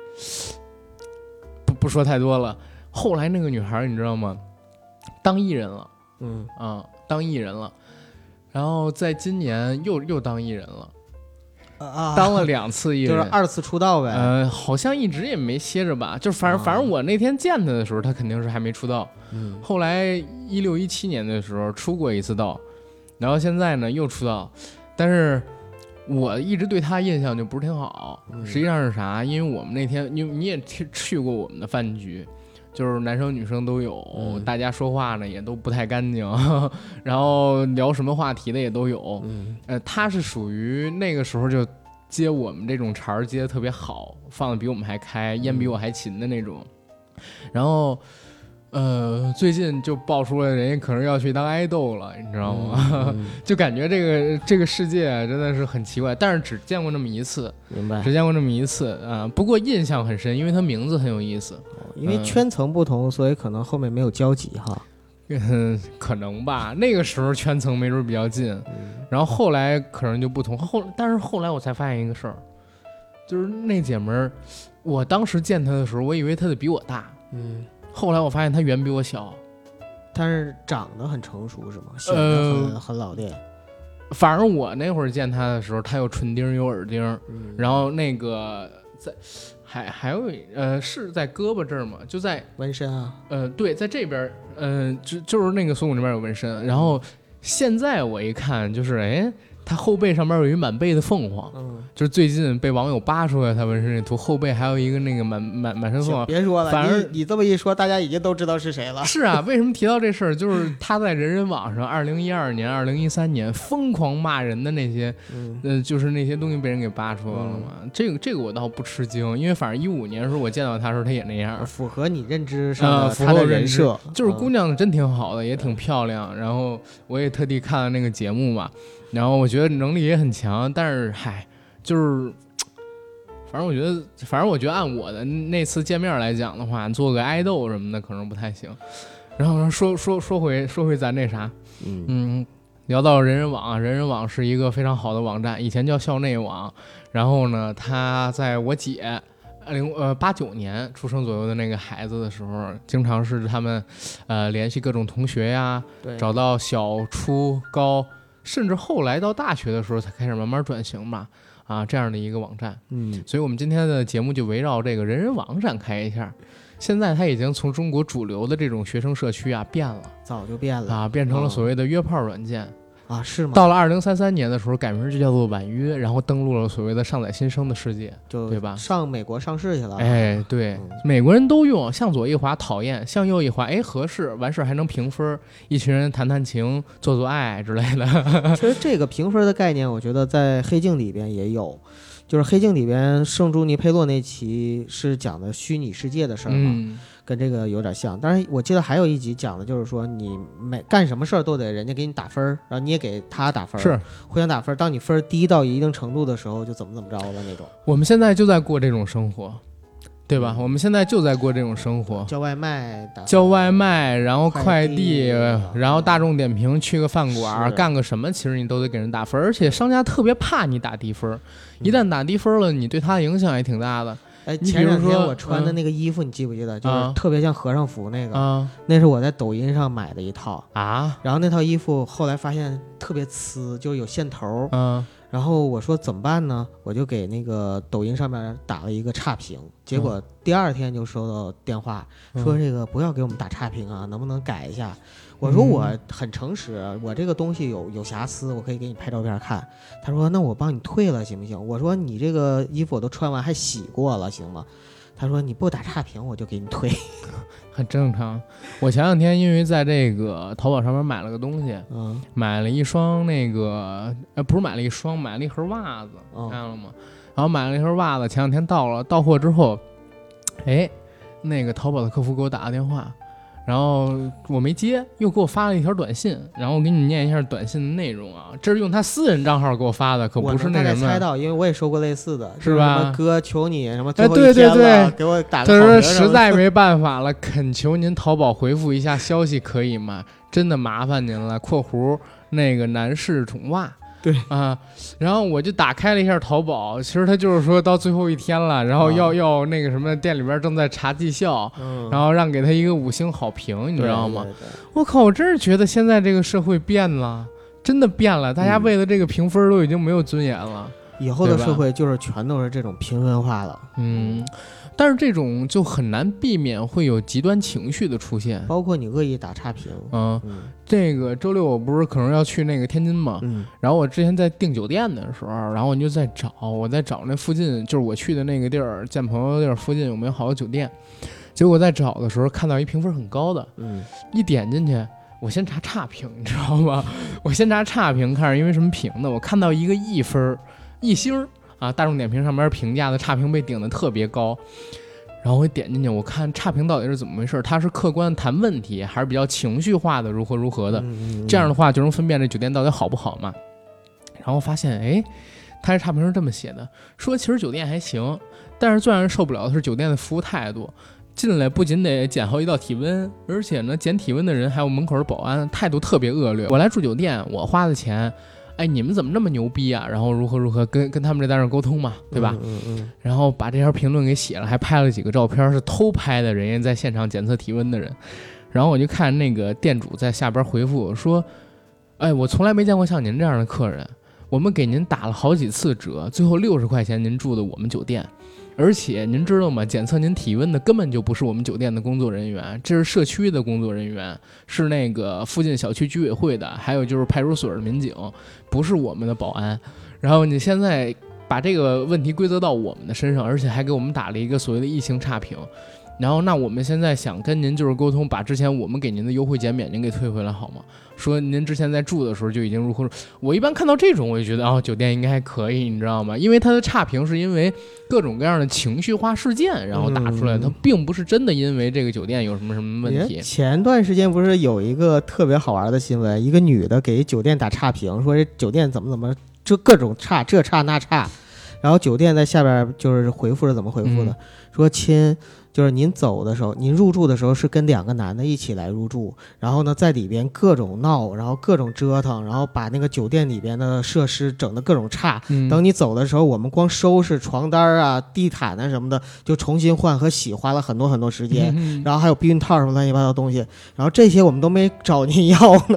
不不说太多了。后来那个女孩你知道吗？当艺人了， 嗯啊，当艺人了，然后在今年又又当艺人了。 啊， 当了两次艺人， 就是二次出道呗。 呃，好像一直也没歇着吧，就反正、啊、反正我那天见他的时候，他肯定是还没出道。 嗯， 后来一六一七年的时候出过一次道，然后现在呢又出道，但是我一直对他印象就不是挺好。 嗯、 实际上是啥？因为我们那天，你你也去过我们的饭局。就是男生女生都有、嗯，大家说话呢也都不太干净，然后聊什么话题的也都有。 嗯， 呃，他是属于那个时候就接我们这种茬儿接的特别好，放的比我们还开，烟比我还勤的那种。嗯、然后，呃，最近就爆出了人家可能要去当爱豆了，你知道吗？嗯、就感觉这个这个世界真的是很奇怪，但是只见过那么一次， 明白？ 只见过那么一次啊、呃，不过印象很深，因为他名字很有意思。 因为圈层不同、嗯，所以可能后面没有交集哈。 嗯，可能吧。那个时候圈层没准比较近，嗯、然后后来可能就不同。后，但是后来我才发现一个事儿，就是那姐们儿，我当时见她的时候，我以为她得比我大。 嗯。 后来我发现她远比我小， 但是长得很成熟是吗？显得很、呃、很老练。 反正我那会儿见她的时候，她有唇钉有耳钉、嗯，然后那个在。还还有呃是在胳膊这儿嘛，就在纹身啊， 呃对，在这边，嗯、呃、就就是那个锁骨这边有纹身，然后现在我一看就是哎，他后背上面有一满背的凤凰， 嗯， 就是最近被网友扒出来他纹身那图，后背还有一个那个满满满身凤凰。 别说了， 反正你, 你这么一说，大家已经都知道是谁了。 是啊，为什么提到这事儿？就是他在人人网上，二零一二年、二零一三年疯狂骂人的那些， 嗯、 呃，就是那些东西被人给扒出来了嘛。嗯、这个这个我倒不吃惊，因为反正一五年的时候我见到他的时候，他也那样， 符合你认知上的他的人设。 呃、就是姑娘真挺好的，嗯、也挺漂亮。然后我也特地看了那个节目嘛。然后我觉得能力也很强，但是嗨，就是，反正我觉得，反正我觉得按我的那次见面来讲的话，做个爱豆什么的可能不太行。然后说说说回说回咱那啥， 嗯嗯，聊到人人网，人人网是一个非常好的网站，以前叫校内网。然后呢，他在我姐零呃八九年出生左右的那个孩子的时候，经常是他们呃联系各种同学呀，找到小初高。甚至后来到大学的时候才开始慢慢转型吧，啊，这样的一个网站， 嗯， 所以我们今天的节目就围绕这个人人网展开一下。现在它已经从中国主流的这种学生社区啊变了， 早就变了啊，变成了所谓的约炮软件。 啊，是吗？ 到了二零三三年的时候，改名就叫做婉约，然后登陆了所谓的上载新生的世界， 就对吧？ 上美国上市去了。 哎，对、嗯，美国人都用，向左一滑讨厌，向右一滑哎合适，完事还能评分，一群人谈谈情、做做爱之类的。 其实这个评分的概念，我觉得在黑镜里边也有。就是黑镜里边圣朱尼佩洛那期是讲的虚拟世界的事儿嘛、嗯， 跟这个有点像。当然我记得还有一集讲的就是说你每干什么事儿都得人家给你打分，然后你也给他打分， 是互相打分，当你分低到一定程度的时候就怎么怎么着了那种。 我们现在就在过这种生活，对吧？我们现在就在过这种生活， 叫外卖打叫外卖，然后快递， 快递然后大众点评去个饭馆是干个什么，其实你都得给人打分，而且商家特别怕你打低分，一旦打低分了，你对他的影响也挺大的。 哎， 你比如说前两天我穿的那个衣服，你记不记得？就是特别像和尚服那个， 啊， 那是我在抖音上买的一套啊。 然后那套衣服后来发现特别呲，就是有线头。 嗯。 然后我说怎么办呢？我就给那个抖音上面打了一个差评，结果第二天就收到电话、嗯、说这个不要给我们打差评啊，能不能改一下？我说我很诚实，我这个东西有有瑕疵，我可以给你拍照片看。他说那我帮你退了行不行？我说你这个衣服我都穿完还洗过了行吗？他说你不打差评我就给你退。 很正常。我前两天因为在这个淘宝上面买了个东西， 嗯， 买了一双那个呃不是买了一双，买了一盒袜子， 嗯、 看了吗？然后买了一盒袜子，前两天到了，到货之后，哎，那个淘宝的客服给我打个电话，然后我没接，又给我发了一条短信，然后我给你念一下短信的内容啊，这是用他私人账号给我发的，可不是那什么。我能大概猜到，因为我也收过类似的， 是吧？ 什么哥求你什么最后一天了，哎，对对对， 给我打个好评。 他说实在没办法了，恳求您淘宝回复一下消息可以吗？真的麻烦您了。（括弧那个男士宠袜）。 对啊，然后我就打开了一下淘宝，其实他就是说到最后一天了，然后要、啊、要那个什么店里边正在查绩效、嗯，然后让给他一个五星好评，你知道吗？ 对对对， 我靠，我真是觉得现在这个社会变了，真的变了，大家为了这个评分都已经没有尊严了。 嗯、以后的社会就是全都是这种平分化了， 嗯。但是这种就很难避免会有极端情绪的出现， 包括你恶意打差评。 嗯，嗯这个周六我不是可能要去那个天津嘛， 嗯， 然后我之前在订酒店的时候，然后我就在找，我在找那附近，就是我去的那个地儿，见朋友的地儿附近有没有好的酒店。结果在找的时候看到一评分很高的， 嗯， 一点进去，我先查差评，你知道吗？我先查差评，看是因为什么评的。我看到一个一分一星啊，大众点评上面评价的差评被顶得特别高。然后我点进去，我看差评到底是怎么回事，他是客观谈问题还是比较情绪化的如何如何的， 嗯、 这样的话就能分辨这酒店到底好不好嘛。然后发现哎，他这差评是这么写的，说其实酒店还行，但是最让人受不了的是酒店的服务态度，进来不仅得检好一道体温，而且呢检体温的人还有门口的保安态度特别恶劣。我来住酒店，我花的钱，哎，你们怎么这么牛逼啊？然后如何如何跟跟他们这单上沟通嘛，对吧？ 嗯嗯嗯。 然后把这条评论给写了，还拍了几个照片，是偷拍的人家在现场检测体温的人。然后我就看那个店主在下边回复说：“哎，我从来没见过像您这样的客人，我们给您打了好几次折，最后六十块钱您住的我们酒店。而且您知道吗？检测您体温的根本就不是我们酒店的工作人员，这是社区的工作人员，是那个附近小区居委会的，还有就是派出所的民警，不是我们的保安。然后你现在把这个问题归责到我们的身上，而且还给我们打了一个所谓的疫情差评。然后那我们现在想跟您就是沟通，把之前我们给您的优惠减免您给退回来好吗？说您之前在住的时候就已经如何。我一般看到这种我就觉得哦，酒店应该还可以，你知道吗？因为它的差评是因为各种各样的情绪化事件然后打出来，它、嗯、并不是真的因为这个酒店有什么什么问题。 前段时间不是有一个特别好玩的新闻，一个女的给酒店打差评，说这酒店怎么怎么这各种差，这差那差，然后酒店在下边就是回复是怎么回复的、嗯、说亲，就是您走的时候，您入住的时候是跟两个男的一起来入住，然后呢在里边各种闹，然后各种折腾，然后把那个酒店里边的设施整得各种差、嗯、等你走的时候，我们光收拾床单啊地毯啊什么的就重新换和洗花了很多很多时间、嗯、然后还有避孕套什么乱七八糟东西，然后这些我们都没找您要呢。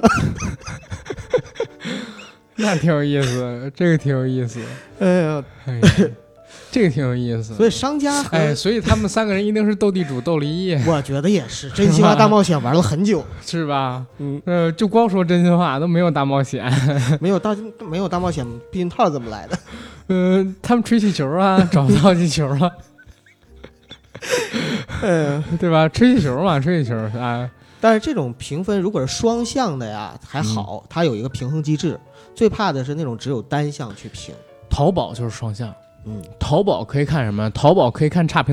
那挺有意思，这个挺有意思。 哎呀， 哎这个挺有意思。 所以商家哎，所以他们三个人一定是斗地主斗了一夜。 我觉得也是，真心话大冒险玩了很久， 是吧？ 嗯， 呃，就光说真心话都没有大冒险， 没有大没有大冒险，避孕套怎么来的？ 嗯、呃，他们吹气球啊，找不到气球了， 嗯， 对吧？吹气球嘛，吹气球啊。 但是这种评分如果是双向的呀还好、嗯、它有一个平衡机制，最怕的是那种只有单向去评。 淘宝就是双向， 嗯， 淘宝可以看什么？淘宝可以看差评率，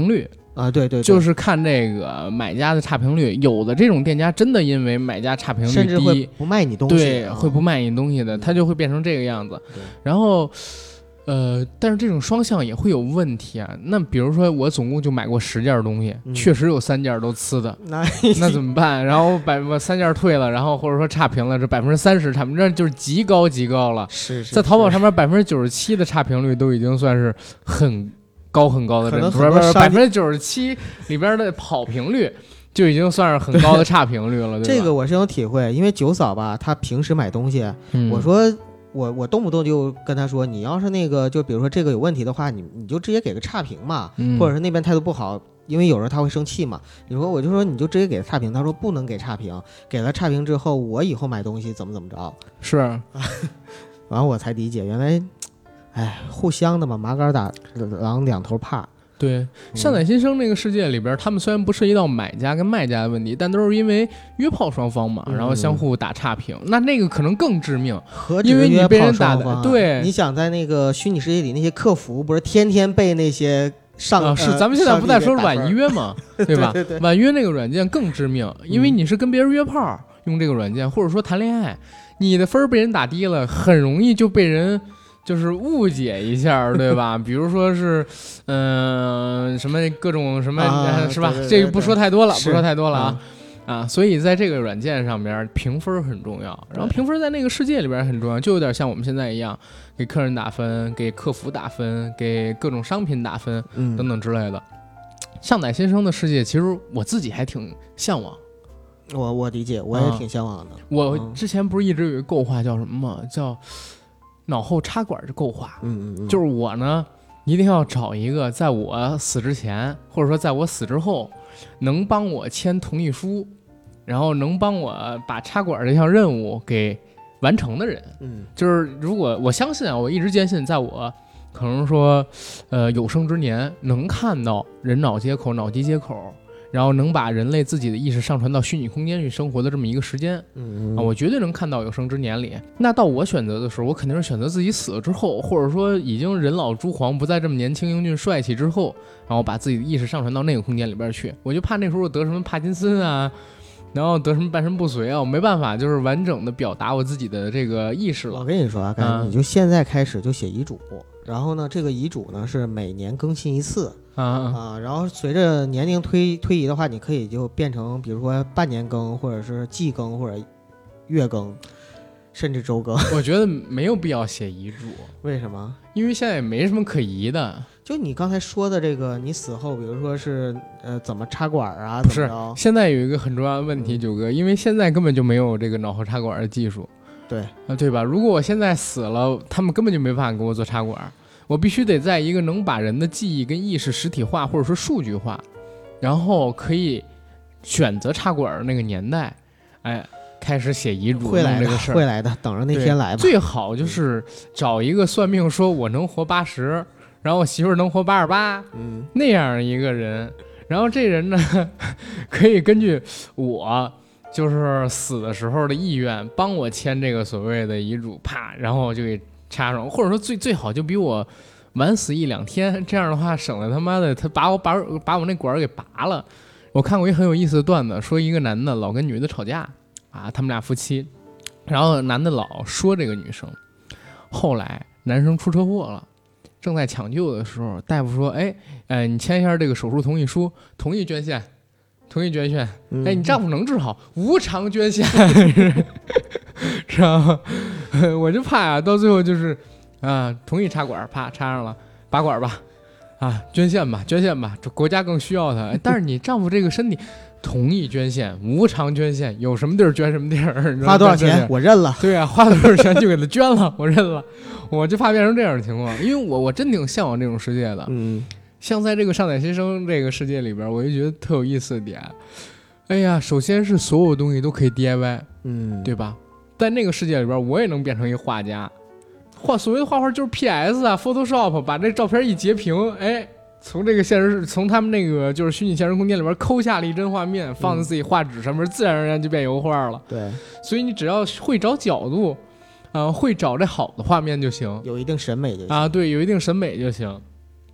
啊，对 对, 对， 就是看这个买家的差评率。有的这种店家真的因为买家差评率低， 甚至会不卖你东西， 对， 啊、 会不卖你东西的，它就会变成这个样子。然后，呃，但是这种双向也会有问题啊。那比如说我总共就买过十件东西，嗯、确实有三件都呲的，那那怎么办？然后把我三件退了，然后或者说差评了，这百分之三十差评，这就是极高极高了。 是是， 在淘宝上面百分之九十七的差评率都已经算是很高很高的，不是不是百分之九十七里边的跑评率就已经算是很高的差评率了。对吧？ 这个我是有体会，因为九嫂吧，她平时买东西， 嗯、 我说我我动不动就跟她说，你要是那个就比如说这个有问题的话，你你就直接给个差评嘛， 嗯、 或者是那边态度不好，因为有时候他会生气嘛。你说我就说你就直接给他差评，他说不能给差评，给了差评之后，我以后买东西怎么怎么着。 是， 然后我才理解原来。哎，互相的嘛，麻杆打狼两头怕。 对，上载新生那个世界里边，他们虽然不涉及到买家跟卖家的问题，但都是因为约炮双方嘛， 嗯、 然后相互打差评，那那个可能更致命， 何因为你被人打的。对， 你想在那个虚拟世界里，那些客服不是天天被那些上、 啊、是、呃、咱们现在不在说婉约嘛，对吧？ 对对对， 婉约那个软件更致命，因为你是跟别人约炮、嗯、用这个软件，或者说谈恋爱，你的分被人打低了，很容易就被人。就是误解一下，对吧？比如说是，嗯、呃，什么各种什么， 啊、 是吧？ 对对对对， 这个不说太多了，不说太多了啊、 嗯、 啊！所以在这个软件上边评分很重要，然后评分在那个世界里边很重要，就有点像我们现在一样，给客人打分，给客服打分，给各种商品打分、 嗯、等等之类的。上载新生的世界，其实我自己还挺向往。 我我理解，我也挺向往的。 嗯、我之前不是一直有一个构化叫什么吗？叫脑后插管的构化， 嗯嗯嗯， 就是我呢，一定要找一个在我死之前，或者说在我死之后，能帮我签同意书，然后能帮我把插管这项任务给完成的人。 嗯， 就是如果我相信啊，我一直坚信，在我可能说，呃，有生之年能看到人脑接口、脑机接口。然后能把人类自己的意识上传到虚拟空间去生活的这么一个时间， 嗯啊，我绝对能看到有生之年里。那到我选择的时候，我肯定是选择自己死了之后，或者说已经人老珠黄，不再这么年轻英俊帅气之后，然后把自己的意识上传到那个空间里边去。我就怕那时候得什么帕金森啊，然后得什么半身不遂啊，我没办法就是完整的表达我自己的这个意识了。 我跟你说啊，嗯、你就现在开始就写遗嘱，然后呢，这个遗嘱呢是每年更新一次。 啊啊，然后随着年龄推推移的话，你可以就变成，比如说半年更，或者是季更，或者月更，甚至周更。 我觉得没有必要写遗嘱。 为什么？ 因为现在也没什么可疑的。 就你刚才说的这个，你死后，比如说是呃怎么插管啊？ 不是，现在有一个很重要的问题，九哥，因为现在根本就没有这个脑后插管的技术。 对啊，对吧？如果我现在死了，他们根本就没办法给我做插管。我必须得在一个能把人的记忆跟意识实体化或者说数据化，然后可以选择插管的那个年代，哎，开始写遗嘱会来的这个事儿， 会来的，等着那天来吧。 最好就是找一个算命说我能活八十，然后我媳妇儿能活八十八， 嗯， 那样一个人，然后这人呢，可以根据我就是死的时候的意愿，帮我签这个所谓的遗嘱，啪，然后就给插上，或者说最最好就比我晚死一两天，这样的话省了他妈的他把我把把我那管给拔了。我看过一很有意思的段子，说一个男的老跟女的吵架啊，他们俩夫妻，然后男的老说这个女生，后来男生出车祸了，正在抢救的时候，大夫说，哎哎，你签一下这个手术同意书，同意捐献，同意捐献， 嗯、 哎，你丈夫能治好，无偿捐献。知道吗？我就怕啊，到最后就是啊，同意插管，啪插上了，拔管吧，啊，捐献吧，捐献吧，这国家更需要它。但是你丈夫这个身体，同意捐献，无偿捐献，有什么地儿捐什么地儿， 花多少钱我认了。 对啊，花多少钱就给他捐了，我认了。我就怕变成这样的情况，因为我我真挺向往这种世界的。 嗯， 像在这个上载新生这个世界里边，我就觉得特有意思的点，哎呀，首先是所有东西都可以 D I Y， 嗯， 对吧？在那个世界里边，我也能变成一个画家，画所谓的画画就是 P S 啊 ，Photoshop 把这照片一截屏，哎，从这个现实，从他们那个就是虚拟现实空间里边抠下了一帧画面，放在自己画纸上面，嗯、自然而然就变油画了。 对， 所以你只要会找角度，啊、呃，会找这好的画面就行， 有一定审美就行啊，对，有一定审美就行。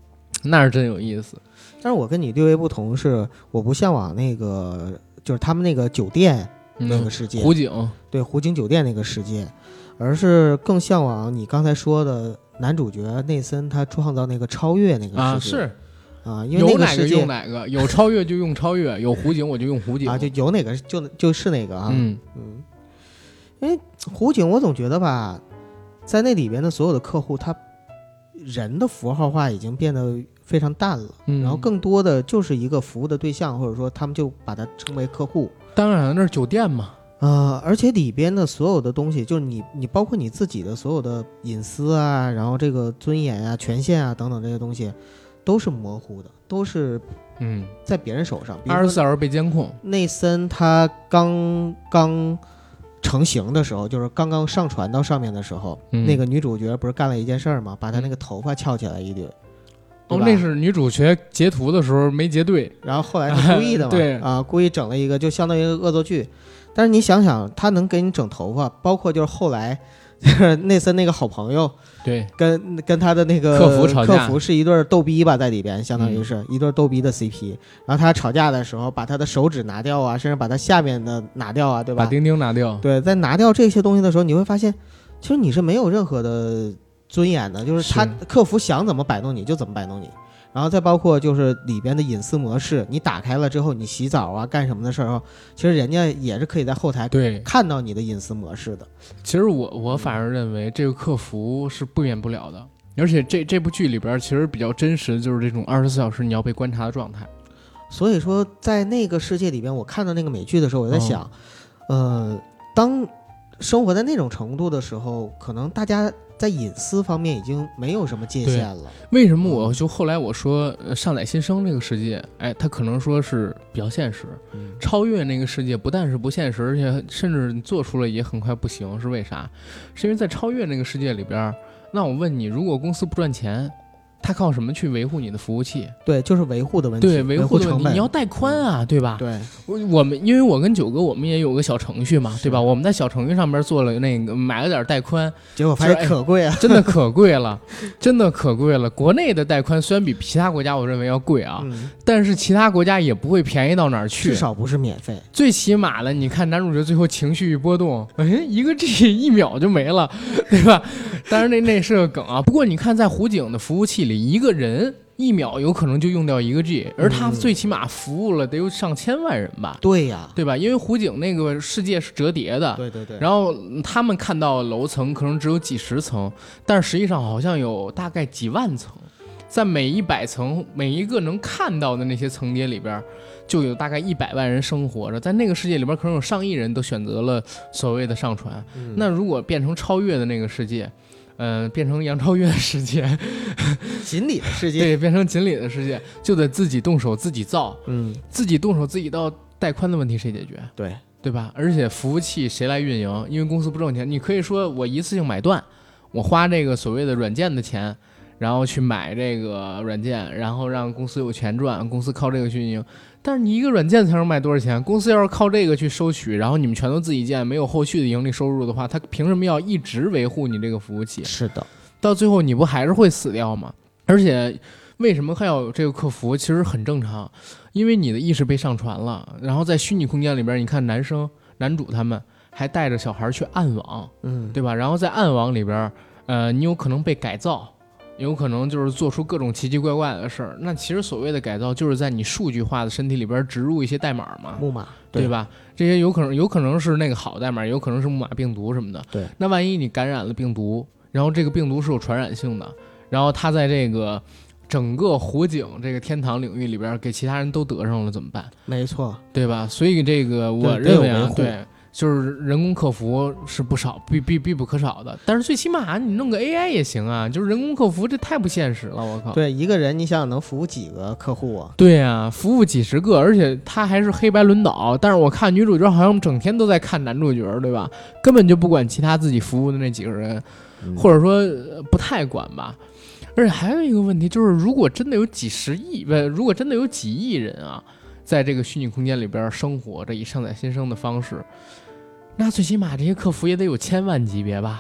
那是真有意思。 但是我跟你略微不同是，我不向往那个就是他们那个酒店那个世界， 嗯、湖景， 对湖景酒店那个世界，而是更向往你刚才说的男主角内森他创造那个超越那个世界。 啊，是啊，因为那个世界有哪个用哪个，有超越就用超越，有湖景我就用湖景啊，就有哪个就就是哪个啊。 嗯嗯，因为湖景我总觉得吧，在那里边的所有的客户，他人的符号化已经变得非常淡了， 嗯、 然后更多的就是一个服务的对象，或者说他们就把它称为客户。 当然那是酒店嘛。 呃，而且里边的所有的东西，就是你你包括你自己的所有的隐私啊，然后这个尊严啊、权限啊等等这些东西，都是模糊的，都是嗯在别人手上。 二十四小时被监控。 内森他刚刚成型的时候，就是刚刚上传到上面的时候， 嗯、 那个女主角不是干了一件事儿吗？把她那个头发翘起来一缕。 哦，那是女主角截图的时候没截对， 然后后来她故意的嘛， 对啊，故意整了一个，就相当于一个恶作剧。但是你想想，他能给你整头发，包括就是后来就是内森那个好朋友， 对， 跟跟他的那个客服吵架， 客服是一对逗逼吧，在里边相当于是、嗯、一对逗逼的 C P。然后他吵架的时候，把他的手指拿掉啊，甚至把他下面的拿掉啊，对吧？ 把钉钉拿掉。 对，在拿掉这些东西的时候，你会发现，其实你是没有任何的尊严的，就是他客服想怎么摆弄你就怎么摆弄你。然后再包括就是里边的隐私模式，你打开了之后，你洗澡啊干什么的时候，其实人家也是可以在后台对看到你的隐私模式的。 其实我我反而认为这个客服是不免不了的，而且这这部剧里边其实比较真实，就是这种二十四小时你要被观察的状态。 所以说，在那个世界里边，我看到那个美剧的时候，我在想，哦、呃，当生活在那种程度的时候，可能大家在隐私方面已经没有什么界限了。 为什么我就后来我说《上载新生》这个世界，哎，它可能说是比较现实， 嗯、 超越那个世界不但是不现实，而且甚至你做出了也很快不行，是为啥？是因为在超越那个世界里边，那我问你，如果公司不赚钱，他靠什么去维护你的服务器？ 对，就是维护的问题。 对，维护的问题，你要带宽啊， 嗯、 对吧？ 对， 我们因为我跟九哥，我们也有个小程序嘛，对吧？我们在小程序上面做了那个买了点带宽， 结果发现可贵啊， 真的可贵了，真的可贵了。国内的带宽虽然比其他国家我认为要贵啊， 嗯、 但是其他国家也不会便宜到哪儿去， 至少不是免费。 最起码的，你看男主角最后情绪一波动，哎，一个 G 一秒就没了，对吧？当然那那是个梗啊。不过你看在湖景的服务器里，一个人一秒有可能就用掉一个 G， 而他最起码服务了得有上千万人吧？ 对呀， 对吧？因为湖景那个世界是折叠的， 对对对。 然后他们看到楼层可能只有几十层，但是实际上好像有大概几万层，在每一百层每一个能看到的那些层叠里边，就有大概一百万人生活着。在那个世界里边，可能有上亿人都选择了所谓的上传。 嗯、 那如果变成超越的那个世界，呃，变成杨超越的世界， 锦鲤的世界， 对，变成锦鲤的世界，就得自己动手自己造， 嗯， 自己动手自己造，带宽的问题谁解决？ 对， 对吧？而且服务器谁来运营？因为公司不挣钱，你可以说我一次性买断，我花这个所谓的软件的钱，然后去买这个软件，然后让公司有钱赚，公司靠这个去运营。但是你一个软件才能卖多少钱？公司要是靠这个去收取，然后你们全都自己建，没有后续的盈利收入的话，他凭什么要一直维护你这个服务器？ 是的， 到最后你不还是会死掉吗？而且为什么还要有这个客服？其实很正常，因为你的意识被上传了，然后在虚拟空间里边，你看男生男主他们还带着小孩去暗网， 嗯， 对吧？然后在暗网里边，呃，你有可能被改造。有可能就是做出各种奇奇怪怪的事儿。那其实所谓的改造，就是在你数据化的身体里边植入一些代码嘛， 木马， 对, 对吧？这些有可能有可能是那个好代码，有可能是木马病毒什么的。 对， 那万一你感染了病毒，然后这个病毒是有传染性的，然后它在这个整个湖景这个天堂领域里边给其他人都得上了怎么办？ 没错， 对吧？所以这个我认为啊，对。就是人工客服是不少，必必必不可少的。但是最起码你弄个 A I 也行啊。就是人工客服这太不现实了，我靠。 对，一个人你想想能服务几个客户啊？ 对啊，服务几十个，而且他还是黑白轮倒。但是我看女主角好像整天都在看男主角，对吧？根本就不管其他自己服务的那几个人， 嗯、 或者说不太管吧。而且还有一个问题就是，如果真的有几十亿，不，如果真的有几亿人啊，在这个虚拟空间里边生活着，以上载新生的方式。那最起码这些客服也得有千万级别吧，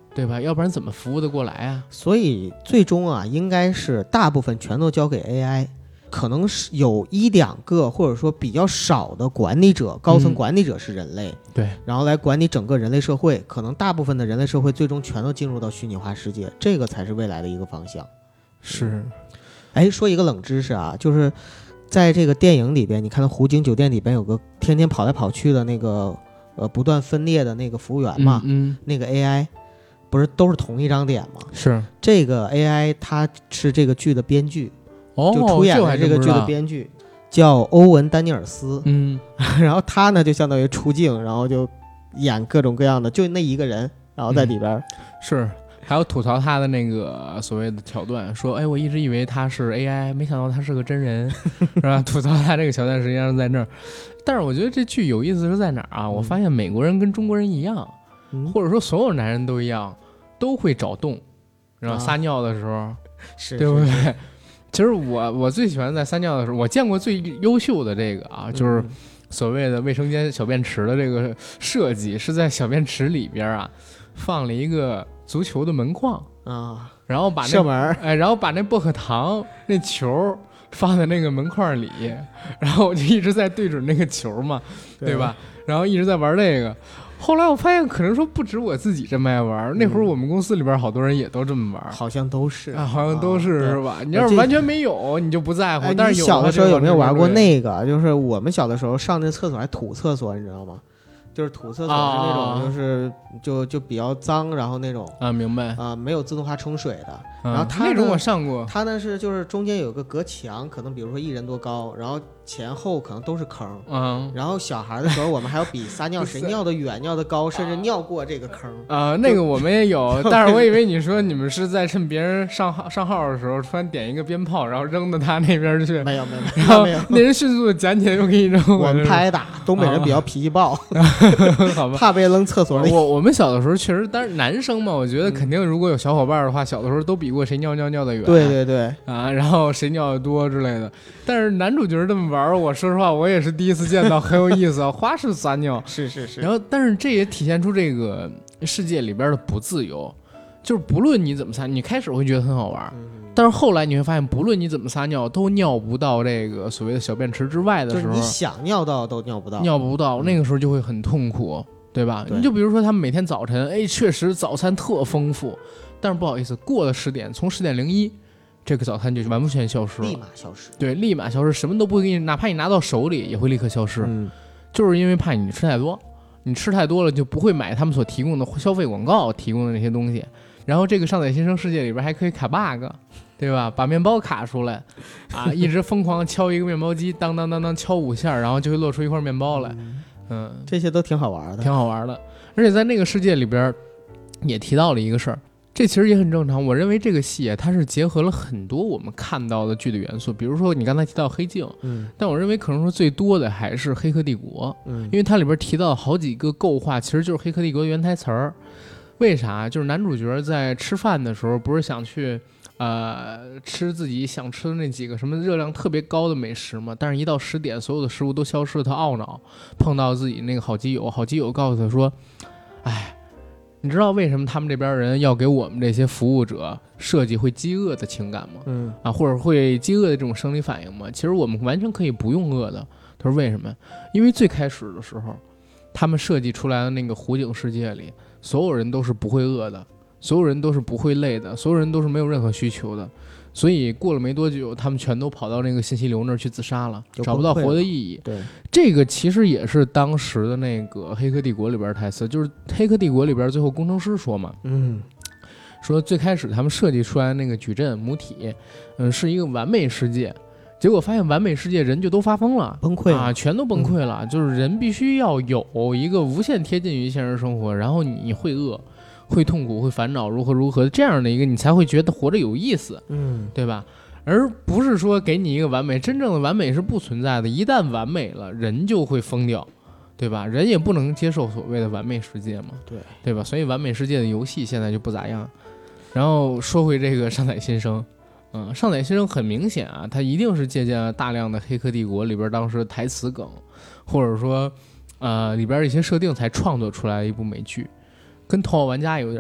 对吧？要不然怎么服务得过来啊？ 所以最终啊，应该是大部分全都交给 A I， 可能是有一两个或者说比较少的管理者，高层管理者是人类， 嗯、对， 然后来管理整个人类社会。可能大部分的人类社会最终全都进入到虚拟化世界，这个才是未来的一个方向。 是， 哎，说一个冷知识啊，就是在这个电影里边，你看到湖景酒店里边有个天天跑来跑去的那个呃不断分裂的那个服务员嘛， 嗯，嗯那个 A I。不是都是同一张脸吗？ 是这个 A I， 它是这个剧的编剧， 哦， 就出演的这个剧的编剧叫欧文·丹尼尔斯。 嗯， 然后他呢就相当于出镜，然后就演各种各样的，就那一个人，然后在里边、嗯、 是。还有吐槽他的那个所谓的桥段，说，哎，我一直以为他是 A I， 没想到他是个真人，是吧？吐槽他这个桥段实际上在那儿。但是我觉得这剧有意思是在哪儿啊？我发现美国人跟中国人一样。嗯、或者说所有男人都一样，都会找洞，然后撒尿的时候，啊、对不对？其实我我最喜欢在撒尿的时候，我见过最优秀的这个啊，嗯、就是所谓的卫生间小便池的这个设计，是在小便池里边啊放了一个足球的门框啊， 然后把那射门， 哎，然后把那薄荷糖那球放在那个门框里，然后我就一直在对准那个球嘛，对, 对吧？然后一直在玩这个。后来我发现，可能说不止我自己这么爱玩，嗯、那会儿我们公司里边好多人也都这么玩， 好像都是啊，好像都是、啊、是吧？你要是完全没有，你就不在乎。 哎、 但是有你小的时候有没有玩过那个？就是我们小的时候上那厕所还土厕所，你知道吗？就是土厕所是那种，就是、啊、就就比较脏，然后那种啊，明白啊，没有自动化冲水的。 啊、 然后它那种我上过， 它呢是就是中间有个隔墙，可能比如说一人多高，然后前后可能都是坑。 嗯， 然后小孩的时候，我们还要比撒尿谁尿得远、尿得高，甚至尿过这个坑。 啊，那个我们也有，但是我以为你说你们是在趁别人上号上号的时候，突然点一个鞭炮，然后扔到他那边去。 没有没有， 然后那人迅速的捡起来又给你扔。 我们拍打，东北人比较脾气暴， 好吧， 怕被扔厕所里。 我我们小的时候确实，但是男生嘛，我觉得肯定如果有小伙伴的话，小的时候都比过谁尿尿尿得远。 对对对啊，然后谁尿得多之类的。但是男主角这么玩，我说实话，我也是第一次见到，很有意思啊，花式撒尿。 是是是。 然后，但是这也体现出这个世界里边的不自由，就是不论你怎么撒，你开始会觉得很好玩，嗯、但是后来你会发现，不论你怎么撒尿，都尿不到这个所谓的小便池之外的时候， 就是你想尿到都尿不到， 尿不到，那个时候就会很痛苦，对吧？ 对， 你就比如说他们每天早晨，哎，确实早餐特丰富，但是不好意思，过了十点，从十点零一。这个早餐就完全消失了， 立马消失。 对，立马消失，什么都不会给你，哪怕你拿到手里也会立刻消失。 嗯， 就是因为怕你吃太多，你吃太多了就不会买他们所提供的消费广告提供的那些东西。然后这个上载新生世界里边还可以卡 bug， 对吧？把面包卡出来，啊，一直疯狂敲一个面包机，当当当当敲五下，然后就会落出一块面包来。嗯， 这些都挺好玩的， 挺好玩的。而且在那个世界里边也提到了一个事儿。这其实也很正常，我认为这个戏啊，它是结合了很多我们看到的剧的元素，比如说你刚才提到黑镜， 嗯， 但我认为可能说最多的还是黑客帝国， 嗯， 因为它里边提到好几个构画，其实就是黑客帝国的原台词儿。为啥？就是男主角在吃饭的时候，不是想去呃吃自己想吃的那几个什么热量特别高的美食嘛，但是一到十点，所有的食物都消失了，他懊恼，碰到自己那个好基友，好基友告诉他说，哎。你知道为什么他们这边人要给我们这些服务者设计会饥饿的情感吗？ 嗯啊，或者会饥饿的这种生理反应吗？其实我们完全可以不用饿的。他说为什么？因为最开始的时候，他们设计出来的那个湖景世界里，所有人都是不会饿的，所有人都是不会累的，所有人都是没有任何需求的。所以过了没多久，他们全都跑到那个信息流那儿去自杀了，找不到活的意义。 对， 这个其实也是当时的那个《黑客帝国》里边台词，就是《黑客帝国》里边最后工程师说嘛， 嗯， 说最开始他们设计出来那个矩阵母体，嗯，是一个完美世界，结果发现完美世界人就都发疯了， 崩溃了啊，全都崩溃了。嗯、就是人必须要有一个无限贴近于现实生活，然后你会饿。会痛苦，会烦恼，如何如何这样的一个，你才会觉得活着有意思， 嗯， 对吧？而不是说给你一个完美，真正的完美是不存在的。一旦完美了，人就会疯掉，对吧？人也不能接受所谓的完美世界嘛， 对对吧？所以完美世界的游戏现在就不咋样。然后说回这个上载新生，嗯，上载新生很明显啊，它一定是借鉴了大量的《黑客帝国》里边当时的台词梗，或者说，呃，里边一些设定才创作出来的一部美剧。跟头号玩家有点像，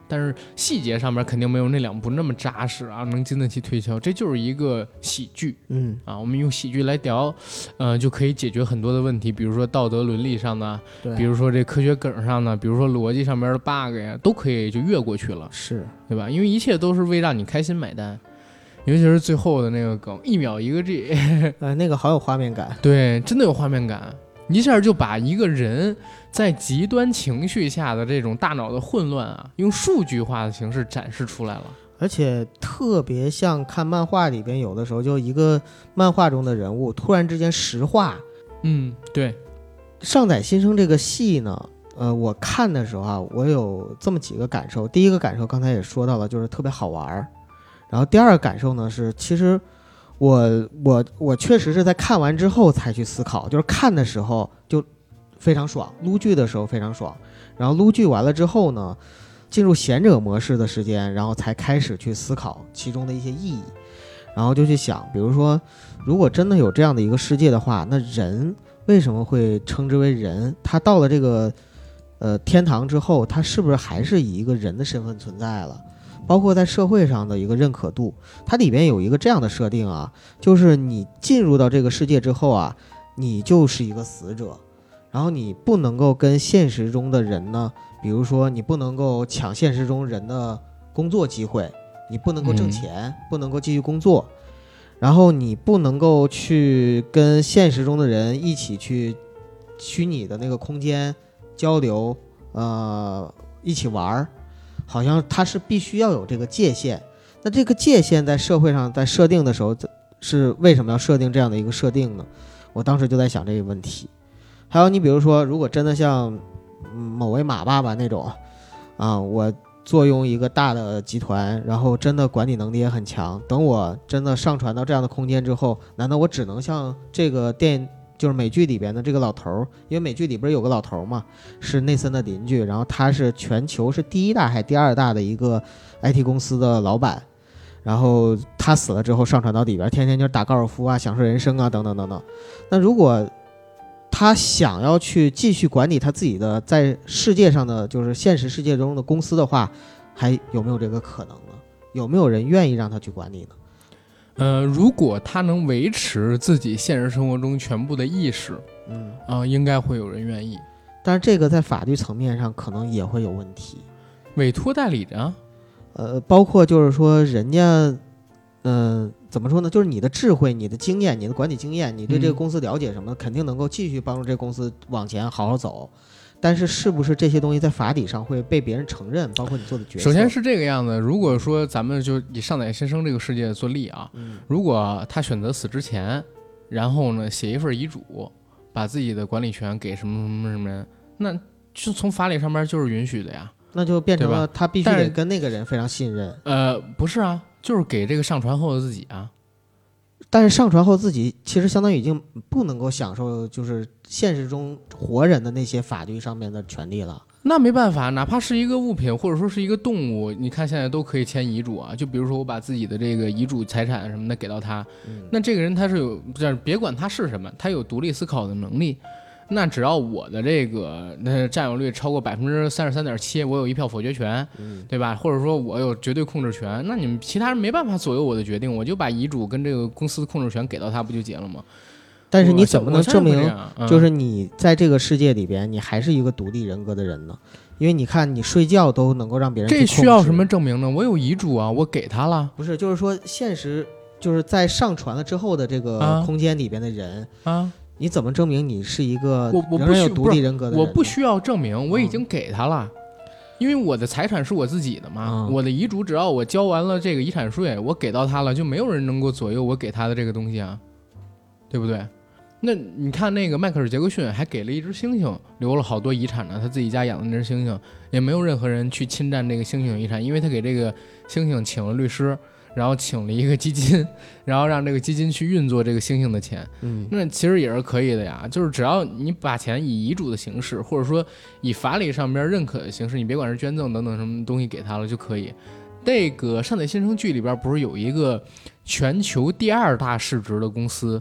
但是细节上面肯定没有那两部那么扎实啊，能经得起推敲。这就是一个喜剧， 嗯啊，我们用喜剧来聊，呃，就可以解决很多的问题，比如说道德伦理上的， 对， 比如说这科学梗上的，比如说逻辑上面的 bug 呀，都可以就越过去了， 是， 对吧？因为一切都是为让你开心买单。尤其是最后的那个梗，一秒一个 G， 哎，那个好有画面感。 对，真的有画面感，一下就把一个人在极端情绪下的这种大脑的混乱啊，用数据化的形式展示出来了。 而且特别像看漫画里边，有的时候就一个漫画中的人物突然之间石化。 嗯，对。 上载新生这个戏呢，呃，我看的时候啊，我有这么几个感受。第一个感受刚才也说到了，就是特别好玩。然后第二个感受呢是，其实我我我确实是在看完之后才去思考，就是看的时候就非常爽，撸剧的时候非常爽，然后撸剧完了之后呢，进入贤者模式的时间，然后才开始去思考其中的一些意义，然后就去想，比如说如果真的有这样的一个世界的话，那人为什么会称之为人？他到了这个呃天堂之后，他是不是还是以一个人的身份存在了？包括在社会上的一个认可度，它里边有一个这样的设定啊，就是你进入到这个世界之后啊，你就是一个死者，然后你不能够跟现实中的人呢，比如说你不能够抢现实中人的工作机会，你不能够挣钱，嗯、不能够继续工作，然后你不能够去跟现实中的人一起去虚拟的那个空间交流，呃，一起玩。好像它是必须要有这个界限，那这个界限在社会上在设定的时候是为什么要设定这样的一个设定呢？我当时就在想这个问题。还有你比如说，如果真的像、嗯、某位马爸爸那种啊，我坐拥一个大的集团，然后真的管理能力也很强，等我真的上传到这样的空间之后，难道我只能像这个电就是美剧里边的这个老头，因为美剧里边有个老头嘛，是内森的邻居，然后他是全球是第一大还第二大的一个 I T 公司的老板，然后他死了之后上传到里边，天天就打高尔夫啊，享受人生啊，等等等等。那如果他想要去继续管理他自己的在世界上的就是现实世界中的公司的话，还有没有这个可能呢？有没有人愿意让他去管理呢？ 呃，如果他能维持自己现实生活中全部的意识， 嗯啊、呃，应该会有人愿意。 但是这个在法律层面上可能也会有问题。 委托代理人， 呃，包括就是说人家，嗯、呃，怎么说呢？就是你的智慧、你的经验、你的管理经验，你对这个公司了解什么，嗯、肯定能够继续帮助这个公司往前好好走。但是是不是这些东西在法理上会被别人承认？包括你做的决策。 首先是这个样子，如果说咱们就以上载新生这个世界做例啊， 嗯、 如果他选择死之前，然后呢写一份遗嘱，把自己的管理权给什么什么什么人，那就从法理上面就是允许的呀。 那就变成了他必须得跟那个人非常信任。 呃，不是啊，就是给这个上传后的自己啊。 但是上传后自己其实相当于已经不能够享受就是现实中活人的那些法律上面的权利了。 那没办法，哪怕是一个物品或者说是一个动物，你看现在都可以签遗嘱啊。就比如说我把自己的这个遗嘱财产什么的给到他， 嗯、 那这个人他是有，别管他是什么，他有独立思考的能力。那只要我的这个那占有率超过百分之三十三点七，我有一票否决权， 嗯、 对吧？或者说我有绝对控制权，那你们其他人没办法左右我的决定，我就把遗嘱跟这个公司的控制权给到他，不就结了吗？ 但是你怎么能证明嗯、 就是你在这个世界里边你还是一个独立人格的人呢？因为你看你睡觉都能够让别人去控制， 这需要什么证明呢？我有遗嘱啊，我给他了。 不是，就是说现实就是在上传了之后的这个空间里边的人啊， 你怎么证明你是一个我仍然有独立人格的人？ 我不需要证明，我已经给他了。嗯，因为我的财产是我自己的嘛，嗯、我的遗嘱只要我交完了这个遗产税，我给到他了，就没有人能够左右我给他的这个东西啊，对不对？那你看那个迈克尔·杰克逊还给了一只猩猩，留了好多遗产呢，他自己家养的那只猩猩，也没有任何人去侵占这个猩猩遗产，因为他给这个猩猩请了律师，然后请了一个基金，然后让这个基金去运作这个猩猩的钱。 嗯， 那其实也是可以的呀，就是只要你把钱以遗嘱的形式，或者说以法理上边认可的形式，你别管是捐赠等等什么东西给他了就可以。这个上载新生剧里边不是有一个全球第二大市值的公司，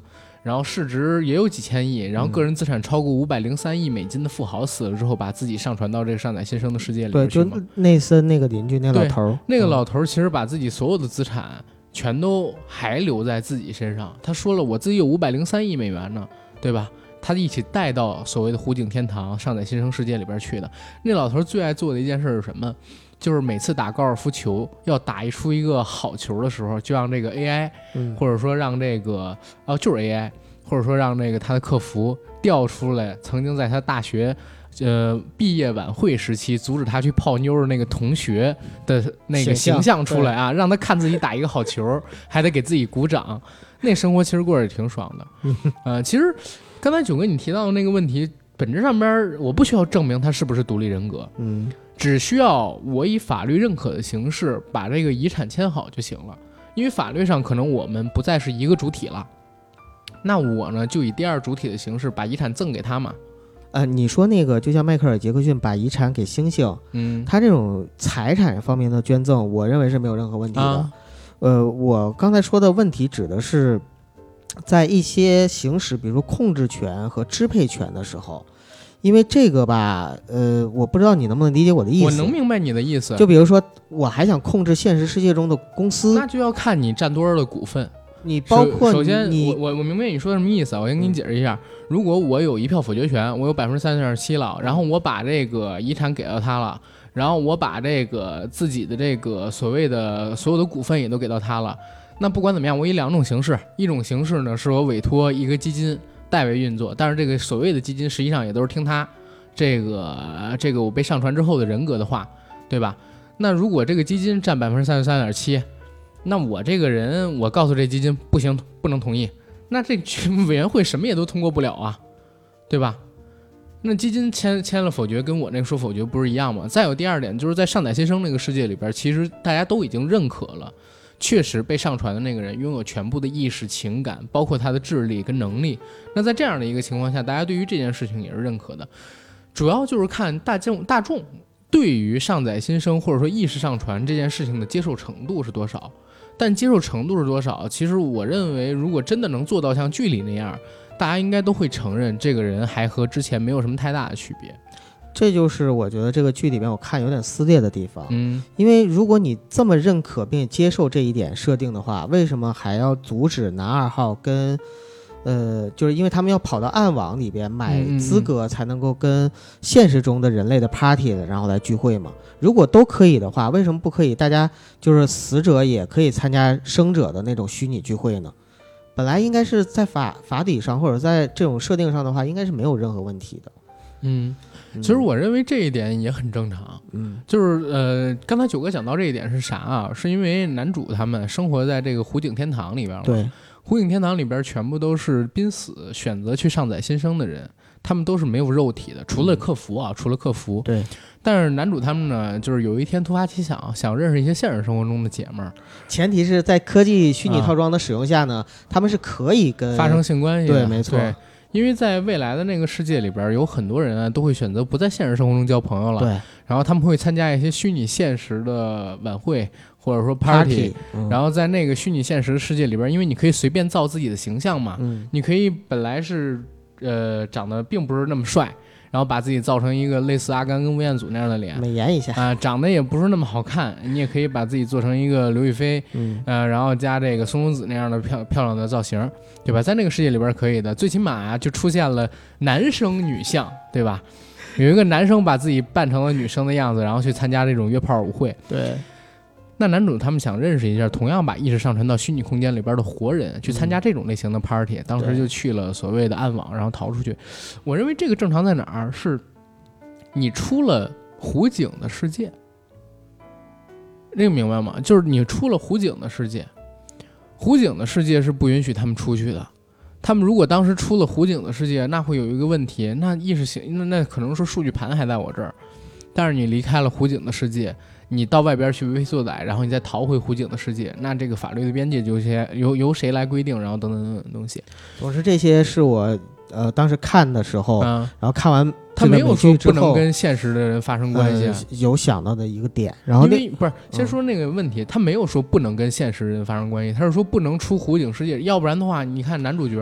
然后市值也有几千亿，然后个人资产超过五百零三亿美金的富豪死了之后，把自己上传到这个上载新生的世界里对，就内森那个邻居那老头儿， 那个老头儿其实把自己所有的资产全都还留在自己身上。他说了，我自己有五百零三亿美元呢，对吧？他一起带到所谓的湖景天堂上载新生世界里边去的。那老头儿最爱做的一件事是什么？就是每次打高尔夫球要打一出一个好球的时候，就让这个 A I、嗯、或者说让这个哦就是 A I， 或者说让这个他的客服调出来曾经在他大学呃毕业晚会时期阻止他去泡妞的那个同学的那个形象出来啊，让他看自己打一个好球，还得给自己鼓掌。那生活其实过得也挺爽的。呃，其实刚才九哥你提到的那个问题，本质上边我不需要证明他是不是独立人格， 嗯。 只需要我以法律认可的形式把这个遗产签好就行了，因为法律上可能我们不再是一个主体了，那我呢就以第二主体的形式把遗产赠给他嘛。 呃，你说那个就像迈克尔·杰克逊把遗产给猩猩， 嗯， 他这种财产方面的捐赠，我认为是没有任何问题的。啊、呃，我刚才说的问题指的是在一些行使比如控制权和支配权的时候。因为这个吧，呃，我不知道你能不能理解我的意思。 我能明白你的意思。 就比如说，我还想控制现实世界中的公司， 那就要看你占多少的股份。 你包括你首先，我我我明白你说的什么意思，我先给你解释一下。嗯、如果我有一票否决权，我有百分之三十点七了，然后我把这个遗产给到他了，然后我把这个自己的这个所谓的所有的股份也都给到他了。那不管怎么样，我以两种形式，一种形式呢是我委托一个基金代为运作，但是这个所谓的基金实际上也都是听他这个这个我被上传之后的人格的话，对吧？那如果这个基金占百分之三十三点七，那我这个人我告诉这基金不行，不能同意，那这委员会什么也都通过不了啊，对吧？那基金签签了否决，跟我那个说否决不是一样吗？再有第二点，就是在上载新生那个世界里边，其实大家都已经认可了。确实被上传的那个人拥有全部的意识情感，包括他的智力跟能力。那在这样的一个情况下，大家对于这件事情也是认可的。主要就是看大众大众对于上载新生或者说意识上传这件事情的接受程度是多少。但接受程度是多少，其实我认为如果真的能做到像剧里那样，大家应该都会承认这个人还和之前没有什么太大的区别。 这就是我觉得这个剧里面我看有点撕裂的地方， 嗯， 因为如果你这么认可并接受这一点设定的话，为什么还要阻止男二号跟，呃，就是因为他们要跑到暗网里边买资格才能够跟现实中的人类的 party 然后来聚会嘛？如果都可以的话，为什么不可以大家就是死者也可以参加生者的那种虚拟聚会呢？本来应该是在法法底上或者在这种设定上的话，应该是没有任何问题的。 嗯。其实我认为这一点也很正常， 嗯， 就是呃，刚才九哥讲到这一点是啥啊？是因为男主他们生活在这个湖景天堂里边了， 对， 湖景天堂里边全部都是濒死选择去上载新生的人，他们都是没有肉体的，除了客服啊，嗯、除了客服， 对。 但是男主他们呢，就是有一天突发奇想，想认识一些现实生活中的姐们儿， 前提是在科技虚拟套装的使用下呢，啊、他们是可以跟发生性关系的， 对，没错。 对，因为在未来的那个世界里边，有很多人啊都会选择不在现实生活中交朋友了， 对， 然后他们会参加一些虚拟现实的晚会或者说 party，, party、嗯、 然后在那个虚拟现实的世界里边，因为你可以随便造自己的形象嘛， 嗯， 你可以本来是呃长得并不是那么帅，然后把自己造成一个类似阿甘跟吴彦祖那样的脸， 美颜一下啊、呃，长得也不是那么好看，你也可以把自己做成一个刘亦菲， 嗯， 呃，然后加这个松隆子那样的漂漂亮的造型，对吧？在那个世界里边可以的，最起码啊就出现了男生女相，对吧？有一个男生把自己扮成了女生的样子，然后去参加这种约炮舞会， 对。 那男主他们想认识一下同样把意识上传到虚拟空间里边的活人，去参加这种类型的 party，嗯、当时就去了所谓的暗网，然后逃出去。我认为这个正常在哪儿？是你出了湖景的世界，这个明白吗？就是你出了湖景的世界，湖景的世界是不允许他们出去的。他们如果当时出了湖景的世界，那会有一个问题，那意识形那那可能说数据盘还在我这儿，但是你离开了湖景的世界，你到外边去为非作歹，然后你再逃回湖景的世界，那这个法律的边界就些由由谁来规定，然后等等等等东西。 总之这些是我呃当时看的时候， 嗯、 然后看完他没有说不能跟现实的人发生关系、啊呃，有想到的一个点。然后因为不是先说那个问题、嗯，他没有说不能跟现实人发生关系，他是说不能出湖景世界，要不然的话，你看男主角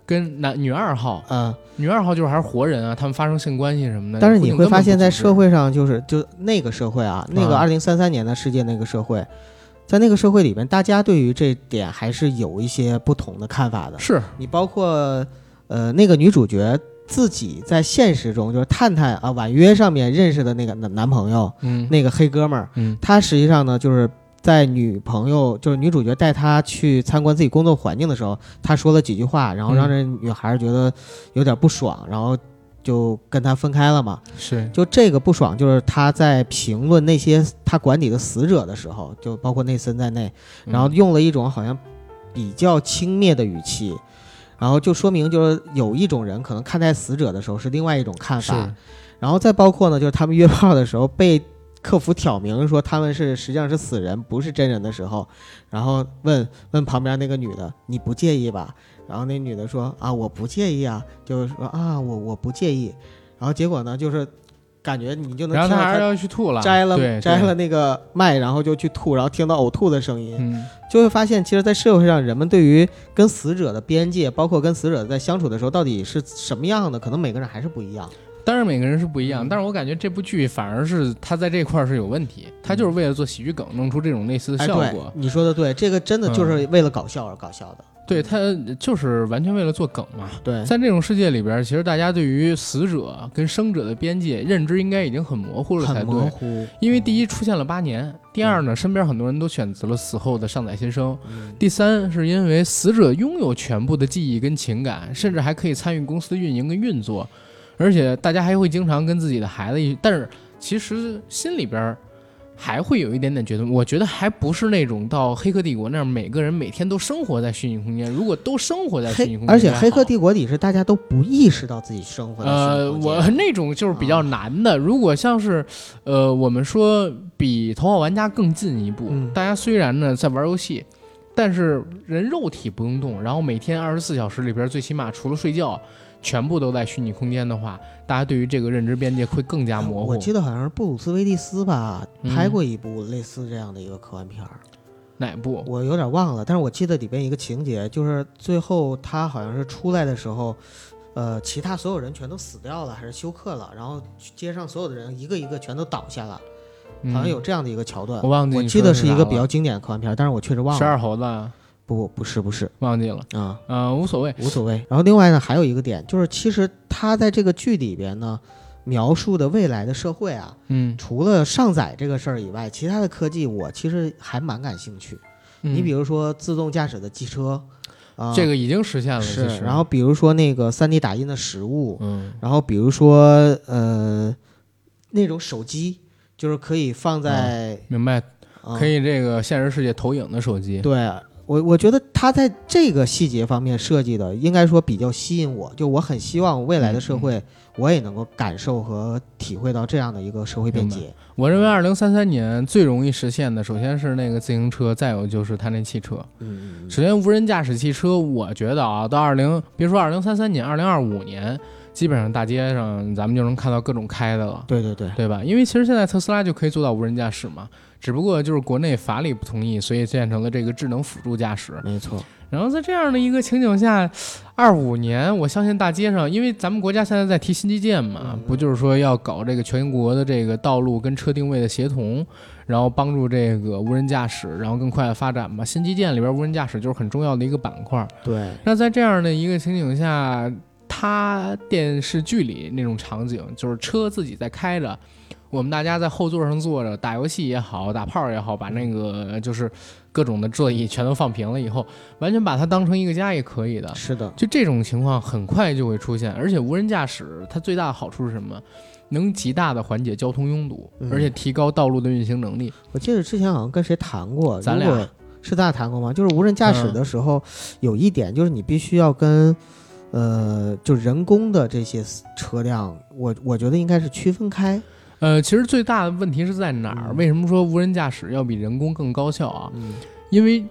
跟男女二号， 嗯， 女二号就是还是活人啊，他们发生性关系什么的。 但是你会发现在社会上，就是就那个社会啊，那个二零三三年的世界那个社会。在那个社会里面，大家对于这点还是有一些不同的看法的。 是你包括，呃，那个女主角自己在现实中，就是探探啊婉约上面认识的那个男朋友， 嗯， 那个黑哥们儿， 嗯， 他实际上呢，就是在女朋友，就是女主角带他去参观自己工作环境的时候，他说了几句话，然后让这女孩觉得有点不爽，然后就跟他分开了嘛。 是， 就这个不爽，就是他在评论那些他管理的死者的时候，就包括内森在内，然后用了一种好像比较轻蔑的语气，然后就说明就是有一种人可能看待死者的时候是另外一种看法，然后再包括呢，就是他们约炮的时候被客服挑明说他们是实际上是死人不是真人的时候，然后问问旁边那个女的，你不介意吧？然后那女的说啊我不介意啊，就是说啊我我不介意，然后结果呢就是感觉你就能听到他， 然后他还是要去吐了， 摘了对摘了那个麦，然后就去吐，然后听到呕吐的声音， 嗯， 就会发现其实在社会上人们对于跟死者的边界，包括跟死者在相处的时候到底是什么样的，可能每个人还是不一样。 当然每个人是不一样，但是我感觉这部剧反而是他在这块是有问题，他就是为了做喜剧梗弄出这种类似的效果。 哎、对你说的对，这个真的就是为了搞笑而搞笑的。 嗯、对，他就是完全为了做梗嘛。 对， 在这种世界里边，其实大家对于死者跟生者的边界认知应该已经很模糊了才对。 很模糊。 因为第一出现了八年，第二呢，身边很多人都选择了死后的上载新生。 嗯、 第三是因为死者拥有全部的记忆跟情感，甚至还可以参与公司的运营跟运作。而且大家还会经常跟自己的孩子一，但是其实心里边还会有一点点觉得，我觉得还不是那种到黑客帝国那样每个人每天都生活在虚拟空间。如果都生活在虚拟空间， 而且黑客帝国里是大家都不意识到自己生活在虚拟空间。 呃，我那种就是比较难的。啊、如果像是呃我们说比头号玩家更进一步， 嗯、 大家虽然呢在玩游戏，但是人肉体不用动，然后每天二十四小时里边最起码除了睡觉全部都在虚拟空间的话，大家对于这个认知边界会更加模糊。 我记得好像是布鲁斯威利斯吧，拍过一部类似这样的一个科幻片儿、嗯， 哪部？ 我有点忘了，但是我记得里边一个情节，就是最后他好像是出来的时候，呃，其他所有人全都死掉了，还是休克了，然后街上所有的人一个一个全都倒下了，好像有这样的一个桥段。 嗯、我忘记， 我记得是一个比较经典的科幻片，但是我确实忘了。 十二猴子。 不，不是，不是， 忘记了啊， 呃，无所谓， 无所谓。然后另外呢，还有一个点就是，其实他在这个剧里边呢，描述的未来的社会啊， 嗯， 除了上载这个事儿以外，其他的科技我其实还蛮感兴趣。 嗯、 你比如说自动驾驶的汽车，啊、呃， 这个已经实现了， 是。然后比如说那个三 D 打印的实物， 嗯， 然后比如说呃，那种手机，就是可以放在， 嗯、明白， 嗯、 可以这个现实世界投影的手机， 对。我我觉得他在这个细节方面设计的，应该说比较吸引我。就我很希望未来的社会，我也能够感受和体会到这样的一个社会便捷。 我认为二零三三年最容易实现的，首先是那个自行车，再有就是他那汽车。 嗯， 首先无人驾驶汽车，我觉得啊，到二零别说二零三三年，二零二五年，基本上大街上咱们就能看到各种开的了。 对对对， 对吧？因为其实现在特斯拉就可以做到无人驾驶嘛。只不过就是国内法理不同意，所以变成了这个智能辅助驾驶。 没错。 然后在这样的一个情景下，二五年，我相信大街上，因为咱们国家现在在提新基建嘛， 嗯、 不就是说要搞这个全国的这个道路跟车定位的协同，然后帮助这个无人驾驶，然后更快的发展嘛。新基建里边无人驾驶就是很重要的一个板块。 对。 那在这样的一个情景下，它电视剧里那种场景，就是车自己在开着。我们大家在后座上坐着打游戏也好，打炮也好，把那个就是各种的座椅全都放平了以后，完全把它当成一个家也可以的。 是的， 就这种情况很快就会出现。而且无人驾驶它最大的好处是什么？能极大的缓解交通拥堵， 嗯、 而且提高道路的运行能力。 我记得之前好像跟谁谈过， 咱俩是咱俩谈过吗？就是无人驾驶的时候，嗯、有一点就是你必须要跟呃，就人工的这些车辆，我我觉得应该是区分开。 呃，其实最大的问题是在哪儿？ 嗯、 为什么说无人驾驶要比人工更高效啊？ 嗯、 因为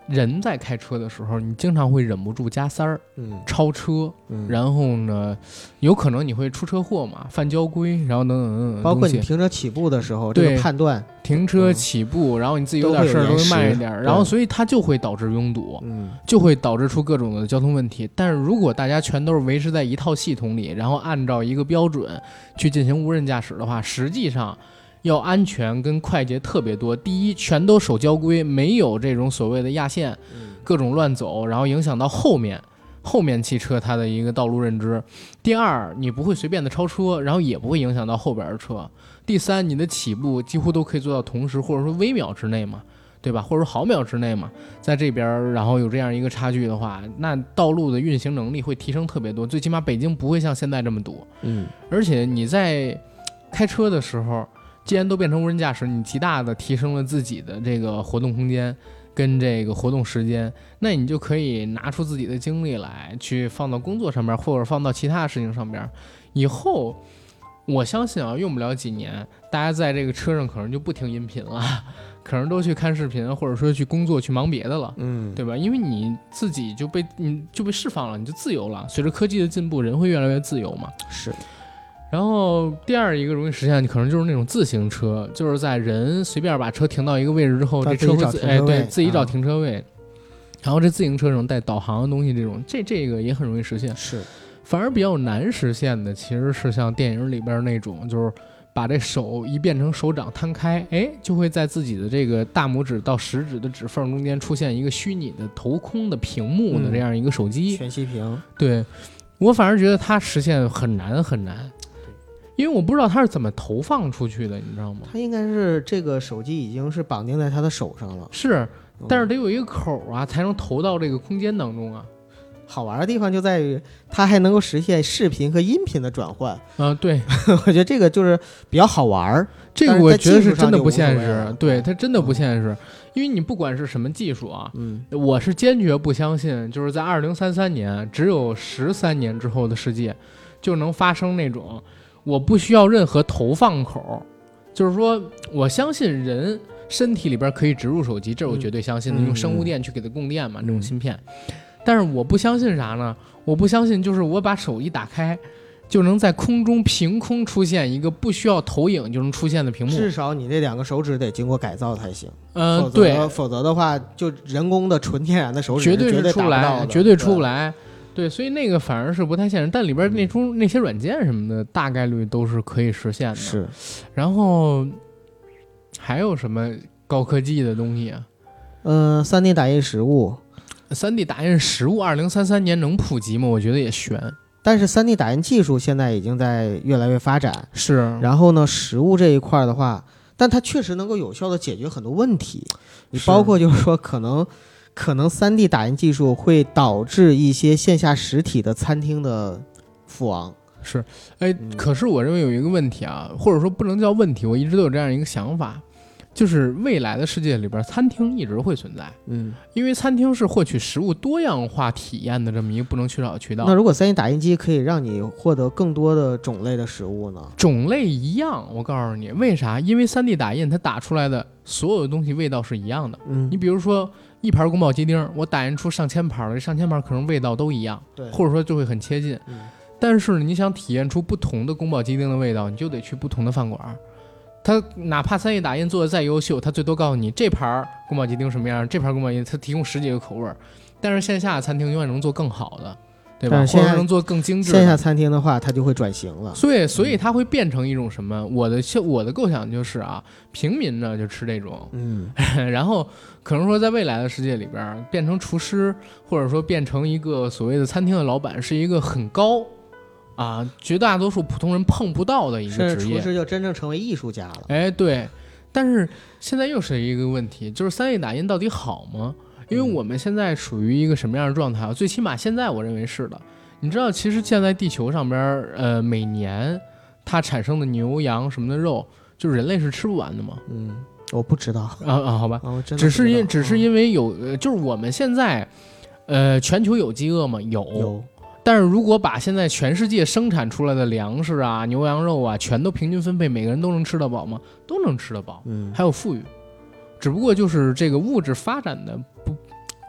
人在开车的时候，你经常会忍不住加塞儿， 嗯， 超车， 嗯， 然后呢，有可能你会出车祸嘛，犯交规，然后等等等等， 包括你停车起步的时候，这个判断， 停车起步，嗯、然后你自己有点事儿都会慢一点，然后所以它就会导致拥堵， 嗯， 就会导致出各种的交通问题。但是如果大家全都是维持在一套系统里，然后按照一个标准去进行无人驾驶的话，实际上要安全跟快捷特别多。第一，全都守交规，没有这种所谓的压线。 嗯， 各种乱走，然后影响到后面后面汽车它的一个道路认知。第二，你不会随便的超车，然后也不会影响到后边的车。第三，你的起步几乎都可以做到同时，或者说微秒之内嘛，对吧？或者说毫秒之内嘛，在这边然后有这样一个差距的话，那道路的运行能力会提升特别多，最起码北京不会像现在这么堵。 嗯， 而且你在开车的时候，既然都变成无人驾驶，你极大的提升了自己的这个活动空间跟这个活动时间，那你就可以拿出自己的精力来去放到工作上面，或者放到其他的事情上边。以后我相信啊，用不了几年，大家在这个车上可能就不听音频了，可能都去看视频，或者说去工作去忙别的了， 嗯， 对吧？因为你自己就被你就被释放了，你就自由了。随着科技的进步，人会越来越自由嘛。 是。 然后第二一个容易实现，可能就是那种自行车，就是在人随便把车停到一个位置之后，这车会自哎对自己找停车位，啊、然后这自行车上带导航的东西，这种这这个也很容易实现。 是， 反而比较难实现的，其实是像电影里边那种，就是把这手一变成手掌摊开，哎，就会在自己的这个大拇指到食指的指缝中间出现一个虚拟的投空的屏幕的这样一个手机， 嗯、全息屏。 对，我反而觉得它实现很难很难。因为我不知道它是怎么投放出去的，你知道吗？ 它应该是这个手机已经是绑定在他的手上了， 是，但是得有一个口啊，才能投到这个空间当中啊。 好玩的地方就在于它还能够实现视频和音频的转换。 啊，对， 我觉得这个就是比较好玩。 这个我觉得是真的不现实，对，它真的不现实。嗯、因为你不管是什么技术啊， 嗯， 我是坚决不相信，就是在二零三三年，只有十三年之后的世界，就能发生那种。我不需要任何投放口，就是说我相信人身体里边可以植入手机，这是我绝对相信的，嗯、用生物电去给它供电嘛，嗯、这种芯片。但是我不相信啥呢？我不相信就是我把手一打开，就能在空中凭空出现一个不需要投影就能出现的屏幕。 至少你这两个手指得经过改造才行。 嗯、呃，对， 否则的话，就人工的纯天然的手指绝对是出不来，绝对出不来。 对， 所以那个反而是不太现实，但里边那种那些软件什么的，大概率都是可以实现的。 是， 然后还有什么高科技的东西啊？ 呃，三 D 打印实物， 三 D 打印实物，二零三三年能普及吗？我觉得也悬。 但是三 D 打印技术现在已经在越来越发展， 是。 然后呢，实物这一块的话，但它确实能够有效的解决很多问题。你包括就是说可能。可能 三 D 打印技术会导致一些线下实体的餐厅的覆亡。 是，哎，嗯、可是我认为有一个问题啊，或者说不能叫问题，我一直都有这样一个想法，就是未来的世界里边，餐厅一直会存在。 嗯， 因为餐厅是获取食物多样化体验的这么一个不能缺少的渠道。 那如果 三 D 打印机可以让你获得更多的种类的食物呢？ 种类一样，我告诉你，为啥？因为 三 D 打印它打出来的所有的东西味道是一样的。 嗯， 你比如说。一盘宫保鸡丁，我打印出上千盘了，这上千盘可能味道都一样， 对， 或者说就会很接近。 嗯、 但是你想体验出不同的宫保鸡丁的味道，你就得去不同的饭馆。它哪怕三 D 打印做的再优秀，它最多告诉你这盘宫保鸡丁什么样，这盘宫保鸡丁它提供十几个口味，但是线下的餐厅永远能做更好的。对吧？或者能做更精致的。 线下餐厅的话，它就会转型了。 所以，所以它会变成一种什么？我的我的构想就是啊，平民呢就吃这种， 嗯， 然后可能说在未来的世界里边，变成厨师，或者说变成一个所谓的餐厅的老板，是一个很高啊，绝大多数普通人碰不到的一个职业。 厨师就真正成为艺术家了。 哎，对。但是现在又是一个问题，就是三 D 打印到底好吗？因为我们现在属于一个什么样的状态啊？最起码现在我认为是的。你知道，其实现在地球上边，呃，每年它产生的牛羊什么的肉，就是人类是吃不完的吗？ 嗯，我不知道啊啊，好吧， 啊、我真的只是因只是因为有，呃，就是我们现在，呃，全球有饥饿吗？有。 有。 但是如果把现在全世界生产出来的粮食啊、牛羊肉啊，全都平均分配，每个人都能吃得饱吗？都能吃得饱， 嗯， 还有富裕。只不过就是这个物质发展的不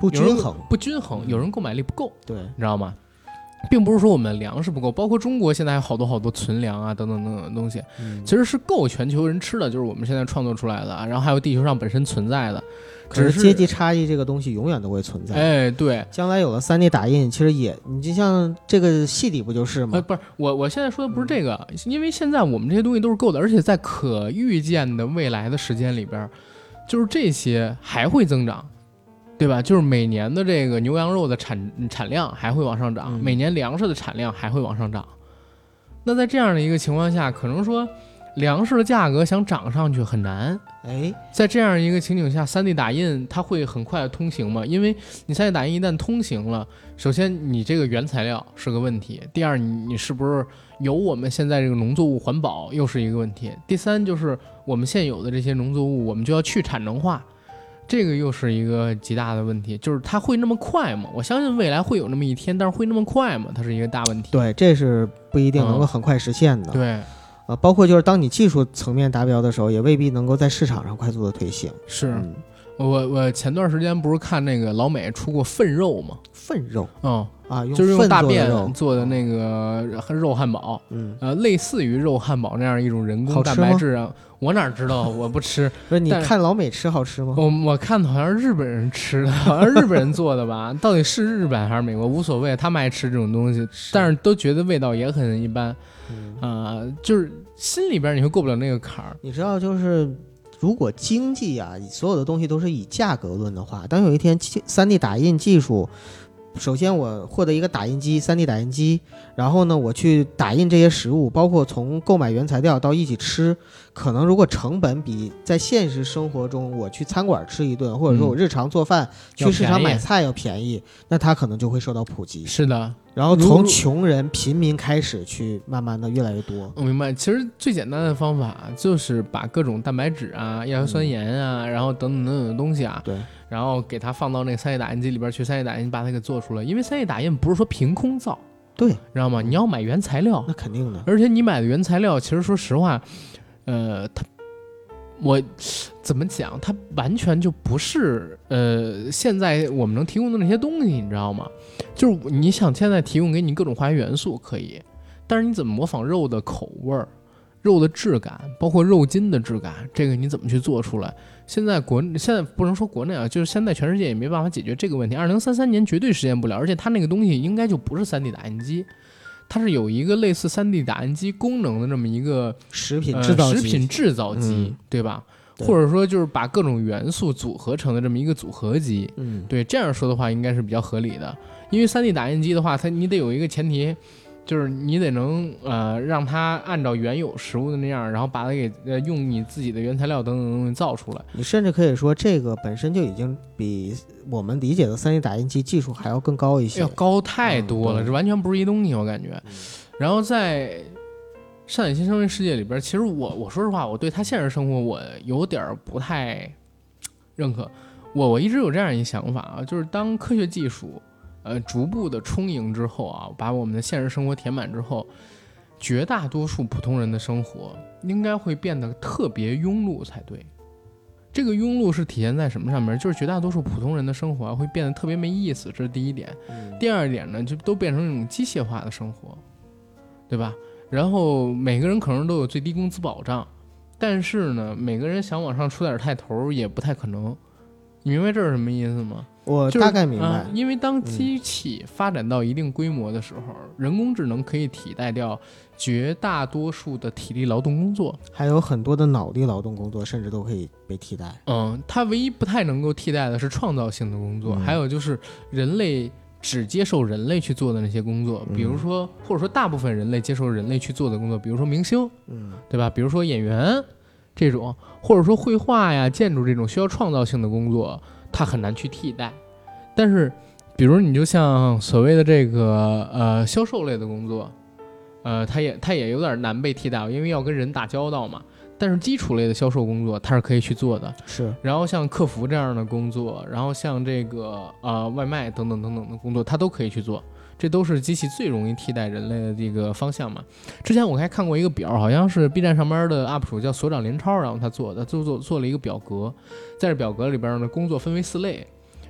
不均衡， 不均衡，有人购买力不够， 对， 你知道吗？并不是说我们粮食不够，包括中国现在还有好多好多存粮啊，等等等等的东西， 嗯、 其实是够全球人吃的，就是我们现在创作出来的，然后还有地球上本身存在的。 可是阶级差异这个东西永远都会存在。 哎，对， 将来有了 三 D 打印，其实也，你就像这个戏底不就是吗？ 呃，不是，我我现在说的不是这个，嗯、因为现在我们这些东西都是够的，而且在可预见的未来的时间里边，就是这些还会增长。对吧？就是每年的这个牛羊肉的产产量还会往上涨， 嗯、 每年粮食的产量还会往上涨。那在这样的一个情况下，可能说粮食的价格想涨上去很难。 哎， 在这样一个情景下 ，三 D 打印它会很快的通行吗？因为你 三 D 打印一旦通行了，首先你这个原材料是个问题，第二你你是不是有我们现在这个农作物环保又是一个问题，第三就是我们现有的这些农作物我们就要去产能化。这个又是一个极大的问题，就是它会那么快吗？我相信未来会有那么一天，但是会那么快吗？它是一个大问题。 对，这是不一定能够很快实现的。 嗯、对， 呃，包括就是当你技术层面达标的时候，也未必能够在市场上快速的推行。 是， 嗯、 我我前段时间不是看那个老美出过粪肉吗？ 粪肉， 嗯啊， 就是用大便做的那个肉汉堡， 嗯， 呃，类似于肉汉堡那样一种人工蛋白质啊。我哪知道？我不吃。 不是你看老美吃好吃吗？ 我我看好像是日本人吃的，好像是日本人做的吧？到底是日本还是美国无所谓，他们爱吃这种东西，但是都觉得味道也很一般。 嗯啊、呃，就是心里边你会过不了那个坎儿。 你知道，就是如果经济啊，所有的东西都是以价格论的话，当有一天 三 D 打印技术。首先我获得一个打印机 三 D 打印机，然后呢我去打印这些食物，包括从购买原材料到一起吃，可能如果成本比在现实生活中我去餐馆吃一顿，或者说我日常做饭、嗯、去市场买菜要便宜，那它可能就会受到普及。 是的， 然后从穷人平民开始去慢慢的越来越多。 我明白，其实最简单的方法就是把各种蛋白质啊、亚硝酸盐啊、嗯、然后等等等等的东西啊， 对， 然后给它放到那个 三 D 打印机里边去， 三 D 打印把它给做出来。因为 三 D 打印不是说凭空造， 对， 知道吗？你要买原材料， 那肯定的。 而且你买的原材料，其实说实话，呃，它我怎么讲，它完全就不是呃现在我们能提供的那些东西，你知道吗？就是你想现在提供给你各种化学元素可以，但是你怎么模仿肉的口味儿、肉的质感，包括肉筋的质感，这个你怎么去做出来？现在国现在不能说国内啊，就是现在全世界也没办法解决这个问题。二零三三年绝对实现不了，而且它那个东西应该就不是 三 D 打印机，它是有一个类似 三 D 打印机功能的这么一个食品制造机， 呃、食品制造机，嗯、对吧？ 对， 或者说就是把各种元素组合成的这么一个组合机。 嗯， 对，这样说的话应该是比较合理的。因为 三 D 打印机的话，它你得有一个前提。就是你得能呃让它按照原有食物的那样，然后把它给呃用你自己的原材料等等东西造出来。 你甚至可以说，这个本身就已经比我们理解的 三 D 打印机技术还要更高一些， 要高太多了，嗯、这完全不是一东西，我感觉。嗯、然后在上海新生命世界里边，其实我我说实话，我对他现实生活我有点不太认可。我我一直有这样一想法啊，就是当科学技术。呃，逐步的充盈之后啊，把我们的现实生活填满之后，绝大多数普通人的生活应该会变得特别庸碌才对。这个庸碌是体现在什么上面？就是绝大多数普通人的生活、啊、会变得特别没意思，这是第一点。 嗯、 第二点呢，就都变成一种机械化的生活，对吧？然后每个人可能都有最低工资保障，但是呢，每个人想往上出点太头也不太可能。你明白这是什么意思吗？ 我大概明白、 就是啊、因为当机器发展到一定规模的时候、嗯、人工智能可以替代掉绝大多数的体力劳动工作， 还有很多的脑力劳动工作甚至都可以被替代。 嗯，它唯一不太能够替代的是创造性的工作、嗯、还有就是人类只接受人类去做的那些工作，比如说、嗯、或者说大部分人类接受人类去做的工作，比如说明星， 嗯， 对吧？比如说演员这种，或者说绘画呀、建筑这种需要创造性的工作，它很难去替代。但是比如你就像所谓的这个呃销售类的工作，呃它也它也有点难被替代，因为要跟人打交道嘛。但是基础类的销售工作它是可以去做的， 是。 然后像客服这样的工作，然后像这个呃外卖等等等等的工作，它都可以去做。这都是机器最容易替代人类的这个方向嘛。之前我还看过一个表，好像是 B 站上班的 U P 主叫所长连超，然后他做的做做做了一个表格，在这表格里边呢，工作分为四类。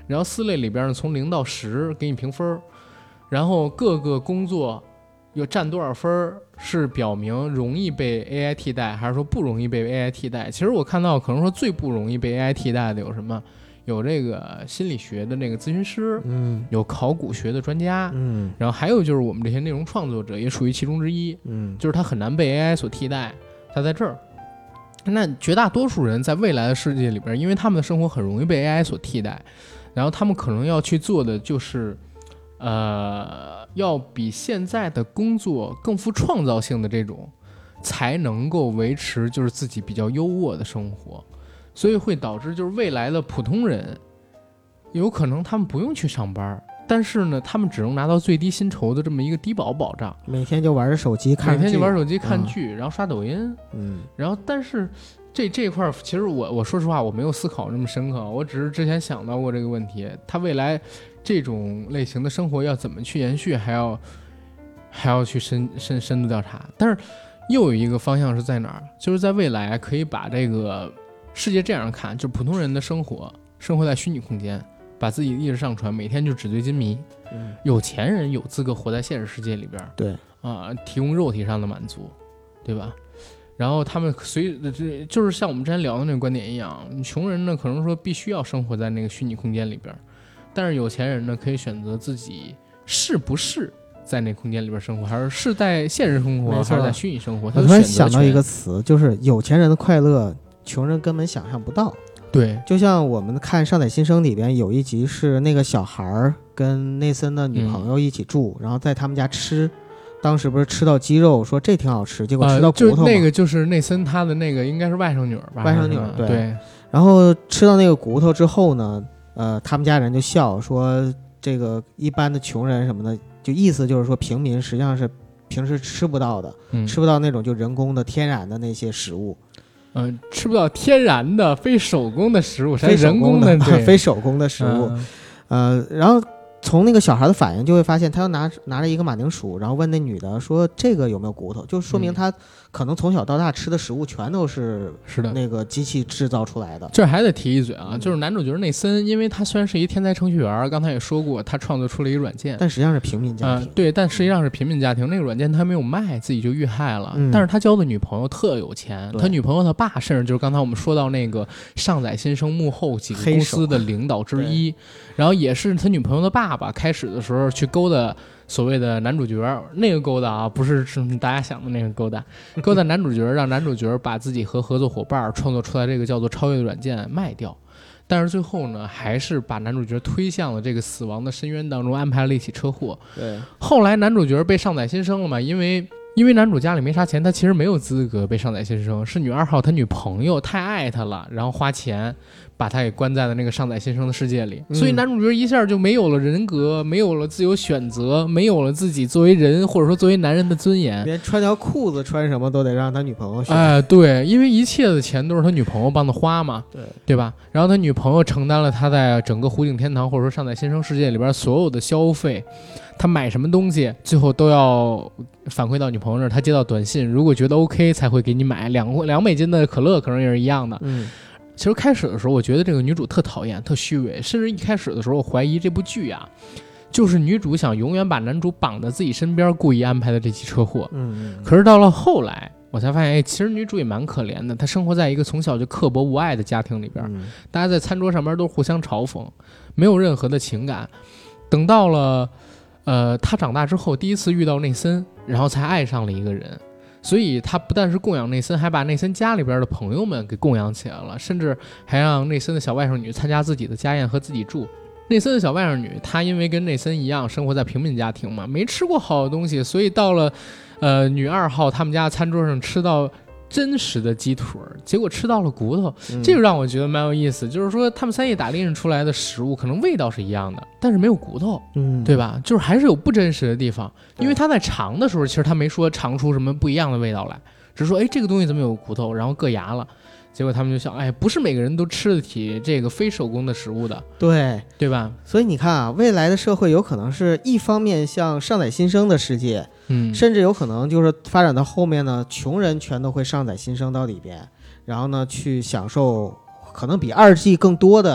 然后四类里边呢从零到十给你评分，然后各个工作有占多少分是表明容易被 A I 替代还是说不容易被 A I 替代。其实我看到可能说最不容易被 A I 替代的有什么，有这个心理学的那个咨询师， 嗯， 有考古学的专家， 嗯， 然后还有就是我们这些内容创作者也属于其中之一， 嗯， 就是他很难被 A I 所替代，他在这儿。那绝大多数人在未来的世界里边，因为他们的生活很容易被 A I 所替代，然后他们可能要去做的就是呃，要比现在的工作更富创造性的这种，才能够维持就是自己比较优渥的生活，所以会导致就是未来的普通人，有可能他们不用去上班，但是呢，他们只能拿到最低薪酬的这么一个低保保障， 每天就玩着手机看剧， 每天就玩手机看剧，嗯、然后刷抖音， 嗯， 然后但是这这块其实我我说实话我没有思考那么深刻，我只是之前想到过这个问题，他未来这种类型的生活要怎么去延续，还要还要去深深深度调查。但是又有一个方向是在哪儿？就是在未来可以把这个世界这样看，就普通人的生活生活在虚拟空间，把自己意识上传，每天就纸醉金迷。 嗯， 有钱人有资格活在现实世界里边， 对啊、呃，提供肉体上的满足，对吧？然后他们随这就是像我们之前聊的那个观点一样，穷人呢可能说必须要生活在那个虚拟空间里边，但是有钱人呢可以选择自己是不是在那空间里边生活，还是是在现实生活，还是在虚拟生活。 我突然想到一个词，就是有钱人的快乐，穷人根本想象不到。 对， 就像我们看《上载新生》里边有一集是那个小孩跟内森的女朋友一起住，嗯、然后在他们家吃。当时不是吃到鸡肉，说这挺好吃，结果吃到骨头、 呃、就那个就是内森他的那个应该是外甥女儿吧？ 外甥女儿 对, 对。 然后吃到那个骨头之后呢，呃，他们家人就笑说，这个一般的穷人什么的，就意思就是说平民实际上是平时吃不到的， 嗯、 吃不到那种就人工的天然的那些食物。 嗯、呃，吃不到天然的非手工的食物， 非人工的对非手工的食物。嗯、呃，然后。从那个小孩的反应就会发现，他要拿拿着一个马铃薯，然后问那女的说：“这个有没有骨头？”就说明他可能从小到大吃的食物全都是是的那个机器制造出来的。 这还得提一嘴啊，就是男主角内森，因为他虽然是一天才程序员，刚才也说过，他创作出了一个软件， 但实际上是平民家庭。 呃、对，但实际上是平民家庭。那个软件他没有卖，自己就遇害了。 嗯、 但是他交的女朋友特有钱，他女朋友他爸甚至就是刚才我们说到那个上载新生幕后几个公司的领导之一，然后也是他女朋友的爸爸开始的时候去勾搭所谓的男主角，那个勾搭啊，不是大家想的那个勾搭，勾搭男主角，让男主角把自己和合作伙伴创作出来这个叫做超越的软件卖掉，但是最后呢，还是把男主角推向了这个死亡的深渊当中，安排了一起车祸。 对， 后来男主角被上载新生了嘛，因为因为男主家里没啥钱，他其实没有资格被上载新生，是女二号他女朋友太爱他了，然后花钱把他给关在了那个上载新生的世界里， 嗯、 所以男主角一下就没有了人格，没有了自由选择，没有了自己作为人或者说作为男人的尊严， 连穿条裤子穿什么都得让他女朋友选。 哎、呃，对，因为一切的钱都是他女朋友帮他花嘛， 对对吧？然后他女朋友承担了他在整个湖景天堂或者说上载新生世界里边所有的消费，他买什么东西最后都要反馈到女朋友那儿，他接到短信，如果觉得 OK 才会给你买两两美金的可乐，可能也是一样的。 嗯。 其实开始的时候，我觉得这个女主特讨厌、特虚伪，甚至一开始的时候，我怀疑这部剧啊，就是女主想永远把男主绑在自己身边，故意安排的这起车祸。 嗯， 可是到了后来，我才发现，哎，其实女主也蛮可怜的。她生活在一个从小就刻薄无爱的家庭里边， 嗯、 大家在餐桌上边都互相嘲讽，没有任何的情感。等到了，呃，她长大之后，第一次遇到内森，然后才爱上了一个人。所以他不但是供养内森，还把内森家里边的朋友们给供养起来了，甚至还让内森的小外甥女参加自己的家宴和自己住。内森的小外甥女，她因为跟内森一样生活在平民家庭嘛，没吃过好的东西，所以到了呃女二号他们家餐桌上吃到真实的鸡腿，结果吃到了骨头， 嗯、 这个让我觉得蛮有意思。就是说他们三叶打印出来的食物可能味道是一样的，但是没有骨头， 嗯， 对吧？就是还是有不真实的地方。因为他在尝的时候，其实他没说尝出什么不一样的味道来，只是说哎这个东西怎么有骨头，然后硌牙了。结果他们就想，哎，不是每个人都吃得起这个非手工的食物的， 对对吧？ 所以你看啊，未来的社会有可能是一方面像上载新生的世界， 嗯， 甚至有可能就是发展到后面呢，穷人全都会上载新生到里边，然后呢去享受可能比二 G 更多的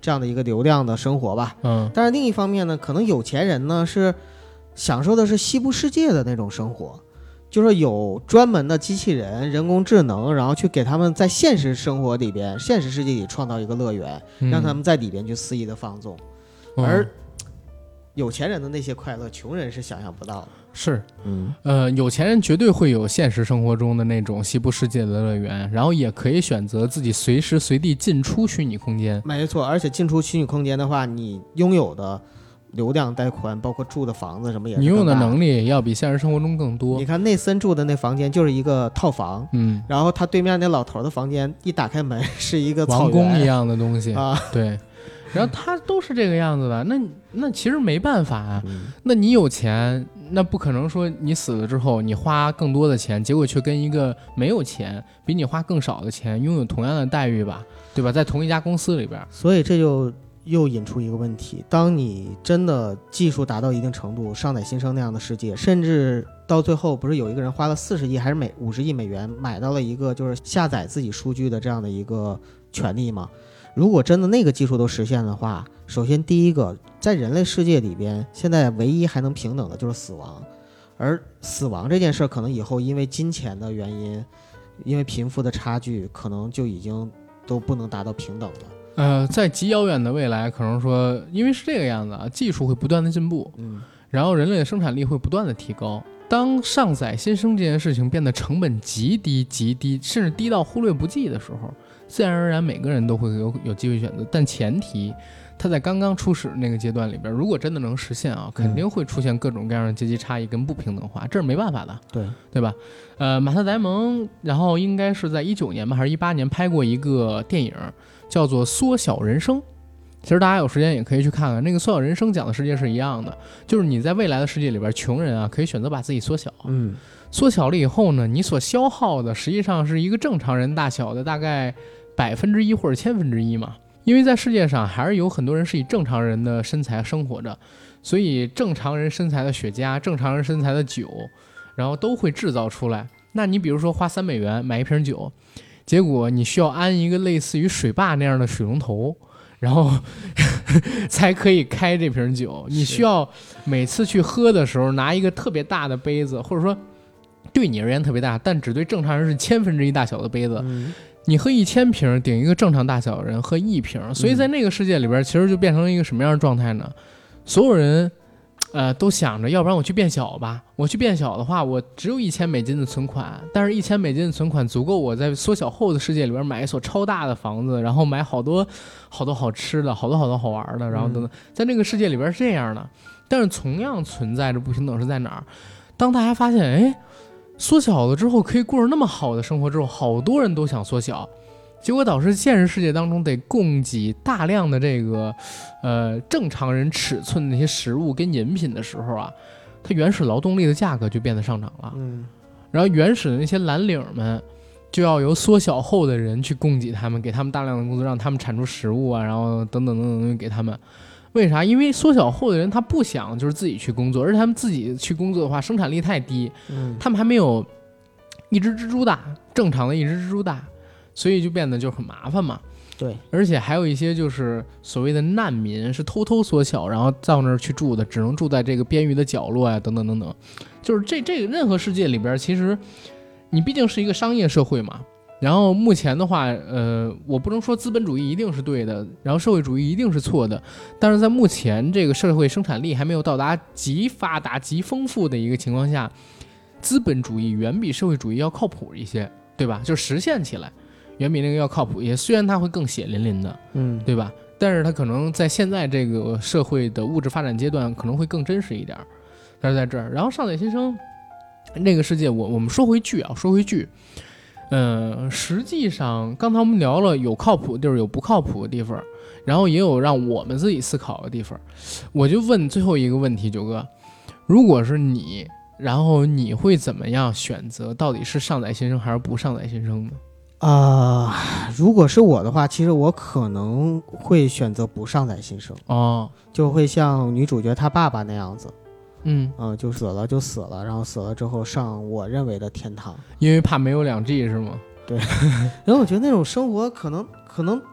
这样的一个流量的生活吧。 嗯， 但是另一方面呢，可能有钱人呢是享受的是西部世界的那种生活，就是有专门的机器人、人工智能，然后去给他们在现实生活里边、现实世界里创造一个乐园， 嗯、 让他们在里边去肆意的放纵。 嗯、 而有钱人的那些快乐，穷人是想象不到的。 是， 嗯， 呃，有钱人绝对会有现实生活中的那种西部世界的乐园，然后也可以选择自己随时随地进出虚拟空间。 没错，而且进出虚拟空间的话，你拥有的流量带宽，包括住的房子什么也是你用的能力要比现实生活中更多。 你看内森住的那房间就是一个套房， 嗯， 然后他对面那老头的房间一打开门是一个王宫一样的东西啊， 对。然后他都是这个样子的，那那其实没办法啊。 嗯、 那你有钱，那不可能说你死了之后你花更多的钱，结果却跟一个没有钱、比你花更少的钱拥有同样的待遇吧，对吧？在同一家公司里边， 所以这就又引出一个问题：当你真的技术达到一定程度，上载新生那样的世界，甚至到最后不是有一个人花了四十亿还是美五十亿美元买到了一个就是下载自己数据的这样的一个权利吗？如果真的那个技术都实现的话，首先第一个，在人类世界里边，现在唯一还能平等的就是死亡，而死亡这件事可能以后因为金钱的原因，因为贫富的差距，可能就已经都不能达到平等了。 呃，在极遥远的未来，可能说，因为是这个样子啊，技术会不断的进步， 嗯， 然后人类的生产力会不断的提高。当上载新生这件事情变得成本极低极低，甚至低到忽略不计的时候，自然而然每个人都会有有机会选择，但前提它在刚刚初始那个阶段里边，如果真的能实现啊，肯定会出现各种各样的阶级差异跟不平等化，这是没办法的， 对对吧？呃，马特·戴蒙，然后应该是在一九年吧，还是一八年拍过一个电影，叫做《缩小人生》。其实大家有时间也可以去看看，那个缩小人生讲的世界是一样的，就是你在未来的世界里边，穷人啊可以选择把自己缩小， 嗯， 缩小了以后呢，你所消耗的实际上是一个正常人大小的大概百分之一或者千分之一嘛，因为在世界上还是有很多人是以正常人的身材生活着，所以正常人身材的雪茄、正常人身材的酒，然后都会制造出来。那你比如说花三美元买一瓶酒，结果你需要安一个类似于水坝那样的水龙头，然后才可以开这瓶酒。你需要每次去喝的时候拿一个特别大的杯子，或者说对你而言特别大，但只对正常人是千分之一大小的杯子。 嗯， 你喝一千瓶顶一个正常大小的人喝一瓶，所以在那个世界里边，其实就变成了一个什么样的状态呢？所有人，呃，都想着，要不然我去变小吧。我去变小的话，我只有一千美金的存款，但是一千美金的存款足够我在缩小后的世界里边买一所超大的房子，然后买好多好多好吃的，好多好多好玩的，然后等等，在那个世界里边是这样的。但是同样存在着不平等是在哪儿？当大家发现，哎，缩小了之后可以过着那么好的生活之后，好多人都想缩小，结果导致现实世界当中得供给大量的这个呃正常人尺寸的那些食物跟饮品的时候啊，它原始劳动力的价格就变得上涨了。 嗯， 然后原始的那些蓝领们就要由缩小后的人去供给他们，给他们大量的工资，让他们产出食物啊，然后等等等等东西给他们。为啥？因为缩小后的人他不想就是自己去工作，而且他们自己去工作的话生产力太低， 嗯， 他们还没有一只蜘蛛大，正常的一只蜘蛛大，所以就变得就很麻烦嘛。 对， 而且还有一些就是所谓的难民是偷偷缩小，然后到那儿去住的，只能住在这个边缘的角落呀、啊，等等等等。就是这这个任何世界里边，其实你毕竟是一个商业社会嘛。然后目前的话，呃，我不能说资本主义一定是对的，然后社会主义一定是错的，但是在目前这个社会生产力还没有到达极发达、极丰富的一个情况下，资本主义远比社会主义要靠谱一些，对吧？就实现起来远比那个要靠谱一些，虽然它会更血淋淋的， 嗯， 对吧？但是它可能在现在这个社会的物质发展阶段可能会更真实一点。但是在这儿，然后上载新生那个世界，我我们说回剧啊，说回剧。嗯，实际上刚才我们聊了有靠谱的地儿，有不靠谱的地方，然后也有让我们自己思考的地方。我就问最后一个问题，九哥，如果是你，然后你会怎么样选择？到底是上载新生还是不上载新生呢？ 啊、呃，如果是我的话，其实我可能会选择不上载新生哦， 就会像女主角她爸爸那样子。 嗯嗯、呃，就死了就死了，然后死了之后上我认为的天堂， 因为怕没有两 G 是吗？ 对，然后我觉得那种生活可能可能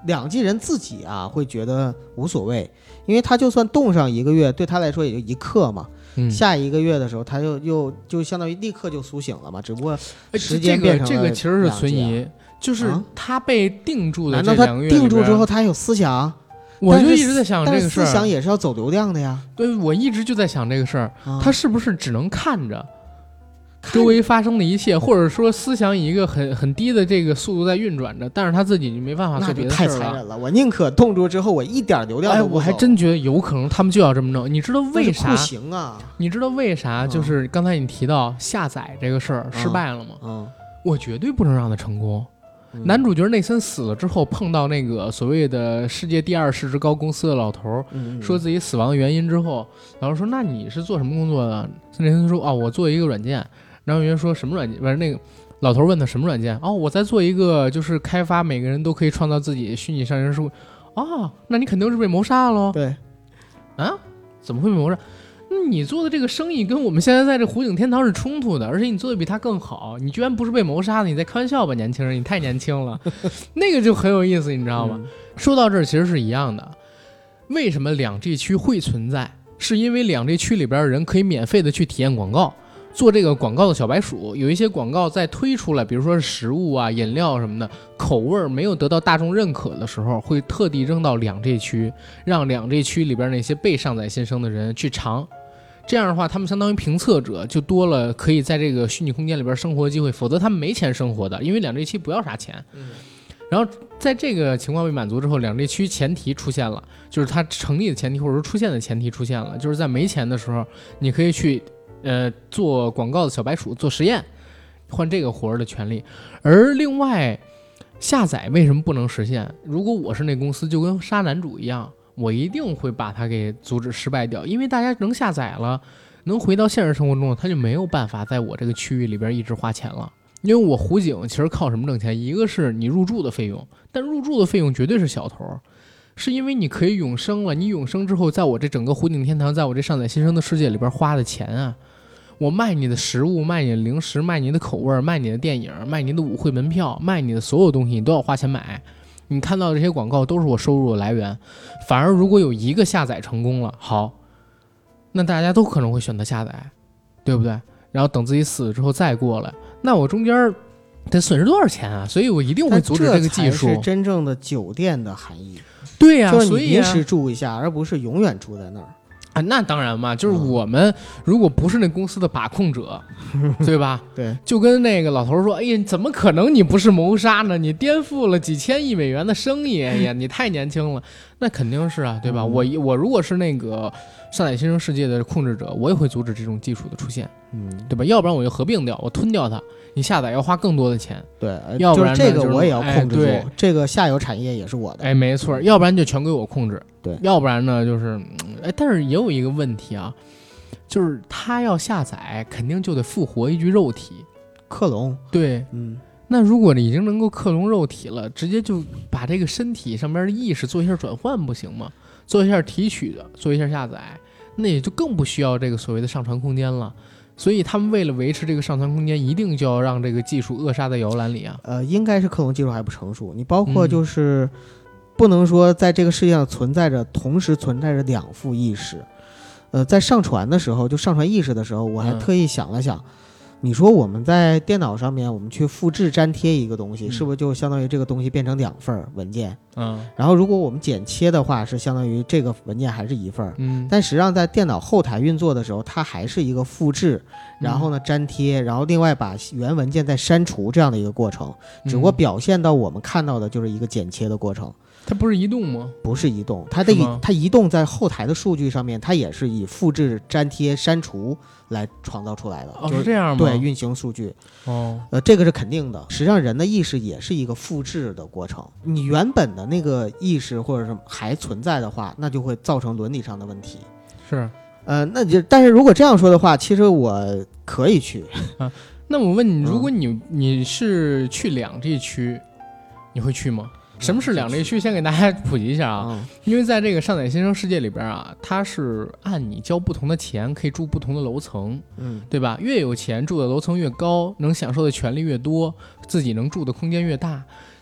两季人自己啊会觉得无所谓，因为他就算冻上一个月，对他来说也就一刻嘛。 嗯、 下一个月的时候，他就又就相当于立刻就苏醒了嘛，只不过时间变成了、 这个这个其实是存疑，就是他被定住的这两个月、 啊、难道他定住之后他还有思想？ 我就一直在想这个事儿， 思想也是要走流量的呀。 对，我一直就在想这个事儿、啊，他是不是只能看着周围发生的一切，或者说思想以一个很很低的这个速度在运转着，但是他自己就没办法做别的事儿了。 那就太残忍了！我宁可冻住之后，我一点流量都不走。 哎，我还真觉得有可能他们就要这么弄。你知道为啥？ 不行啊！ 你知道为啥？就是刚才你提到下载这个事儿失败了吗？ 嗯，嗯我绝对不能让他成功。嗯、男主角内森死了之后，碰到那个所谓的世界第二市值高公司的老头， 嗯嗯、 说自己死亡的原因之后，老头说：“那你是做什么工作的？”内森说：“哦，我做一个软件。”男主角说什么软件？不是那个老头问他什么软件？哦，我在做一个，就是开发每个人都可以创造自己虚拟上人数。哦，那你肯定是被谋杀了。 对， 啊，怎么会被谋杀？你做的这个生意跟我们现在在这湖景天堂是冲突的，而且你做的比他更好，你居然不是被谋杀的，你在开玩笑吧，年轻人，你太年轻了。那个就很有意思，你知道吗？嗯、说到这儿其实是一样的。为什么两 G 区会存在？是因为两 G 区里边的人可以免费的去体验广告。做这个广告的小白鼠，有一些广告在推出来，比如说是食物啊、饮料什么的，口味没有得到大众认可的时候，会特地扔到两 G 区，让两 G 区里边那些被上载新生的人去尝。这样的话，他们相当于评测者，就多了可以在这个虚拟空间里边生活的机会，否则他们没钱生活的，因为两 G 区不要啥钱。 嗯。 然后在这个情况被满足之后，两 G 区前提出现了，就是它成立的前提或者说出现的前提出现了，就是在没钱的时候，你可以去。呃，做广告的小白鼠做实验，换这个活儿的权利。而另外，下载为什么不能实现？如果我是那公司，就跟杀男主一样，我一定会把它给阻止失败掉。因为大家能下载了，能回到现实生活中，他就没有办法在我这个区域里边一直花钱了。因为我湖景其实靠什么挣钱？一个是你入住的费用，但入住的费用绝对是小头。是因为你可以永生了，你永生之后，在我这整个湖景天堂，在我这上载新生的世界里边花的钱啊。我卖你的食物，卖你的零食，卖你的口味，卖你的电影，卖你的舞会门票，卖你的所有东西，你都要花钱买。你看到的这些广告都是我收入的来源。反而如果有一个下载成功了，好，那大家都可能会选择下载，对不对？然后等自己死了之后再过来，那我中间得损失多少钱啊？所以我一定会阻止这个技术。 这才是真正的酒店的含义。 对呀、啊， 就是你临时住一下、啊，而不是永远住在那儿。 啊，那当然嘛，就是我们如果不是那公司的把控者，嗯、对吧？ 对， 就跟那个老头说：“哎呀，怎么可能你不是谋杀呢？你颠覆了几千亿美元的生意，哎呀，你太年轻了。”那肯定是啊，对吧？嗯、我我如果是那个上载新生世界的控制者，我也会阻止这种技术的出现，嗯，对吧？要不然我就合并掉，我吞掉它。你下载要花更多的钱， 对， 要不然就是这个我也要控制住、 哎， 这个下游产业也是我的， 哎，没错，要不然就全归我控制， 对， 要不然呢就是，哎，但是也有一个问题啊，就是他要下载，肯定就得复活一具肉体， 克隆， 对， 嗯， 那如果你已经能够克隆肉体了，直接就把这个身体上面的意识做一下转换不行吗？做一下提取的，做一下下载，那也就更不需要这个所谓的上传空间了。所以他们为了维持这个上传空间，一定就要让这个技术扼杀在摇篮里啊。 呃，应该是克隆技术还不成熟。你包括就是，不能说在这个世界上存在着、嗯、同时存在着两副意识。呃，在上传的时候，就上传意识的时候，我还特意想了想。嗯，你说我们在电脑上面，我们去复制粘贴一个东西，嗯、是不是就相当于这个东西变成两份文件？嗯，然后如果我们剪切的话，是相当于这个文件还是一份。嗯，但实际上在电脑后台运作的时候，它还是一个复制，然后呢粘贴，然后另外把原文件再删除这样的一个过程，只不过表现到我们看到的就是一个剪切的过程。 它不是移动吗？ 不是移动，它的它移动在后台的数据上面，它也是以复制、粘贴、删除来创造出来的。 哦， 就是这样吗？ 对，运行数据。 哦， 呃，这个是肯定的。实际上，人的意识也是一个复制的过程。你原本的那个意识或者是还存在的话，那就会造成伦理上的问题。 是， 呃，那就但是如果这样说的话，其实我可以去。 啊，那我问你，如果你、嗯、你是去两 G 区，你会去吗？什么是两 G 区？先给大家普及一下啊，嗯、因为在这个上载新生世界里边啊，它是按你交不同的钱可以住不同的楼层，嗯，对吧？越有钱住的楼层越高，能享受的权利越多，自己能住的空间越大。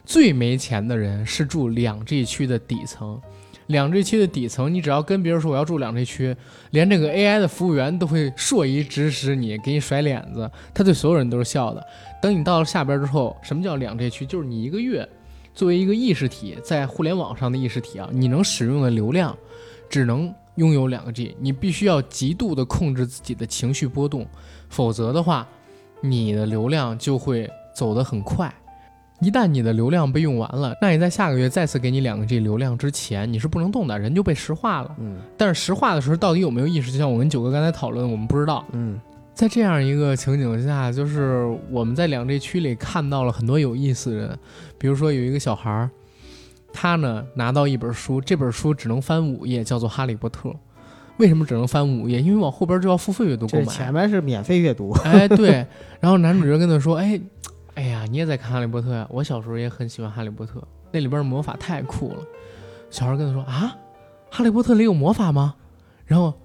最没钱的人是住两 G 区的底层。两 G 区的底层，你只要跟别人说我要住两 G 区，连这个 A I 的服务员都会硕仪指使你，给你甩脸子，他对所有人都是笑的。等你到了下边之后，什么叫两 G 区？就是你一个月作为一个意识体，在互联网上的意识体啊，你能使用的流量只能拥有两个 G， 你必须要极度的控制自己的情绪波动，否则的话，你的流量就会走得很快。一旦你的流量被用完了，那你在下个月再次给你两个 G 流量之前，你是不能动的，人就被石化了。 嗯， 但是石化的时候到底有没有意识，就像我跟九哥刚才讨论，我们不知道。 嗯， 在这样一个情景下，就是我们在两 G 区里看到了很多有意思的人，比如说有一个小孩，他呢拿到一本书，这本书只能翻五页，叫做《哈利波特》。为什么只能翻五页？因为往后边就要付费阅读购买， 前面是免费阅读。 哎，对。然后男主角跟他说：“哎。”哎呀，你也在看《哈利波特》呀？我小时候也很喜欢《哈利波特》，那里边的魔法太酷了。小孩跟他说：“啊，《哈利波特》里有魔法吗？”然后，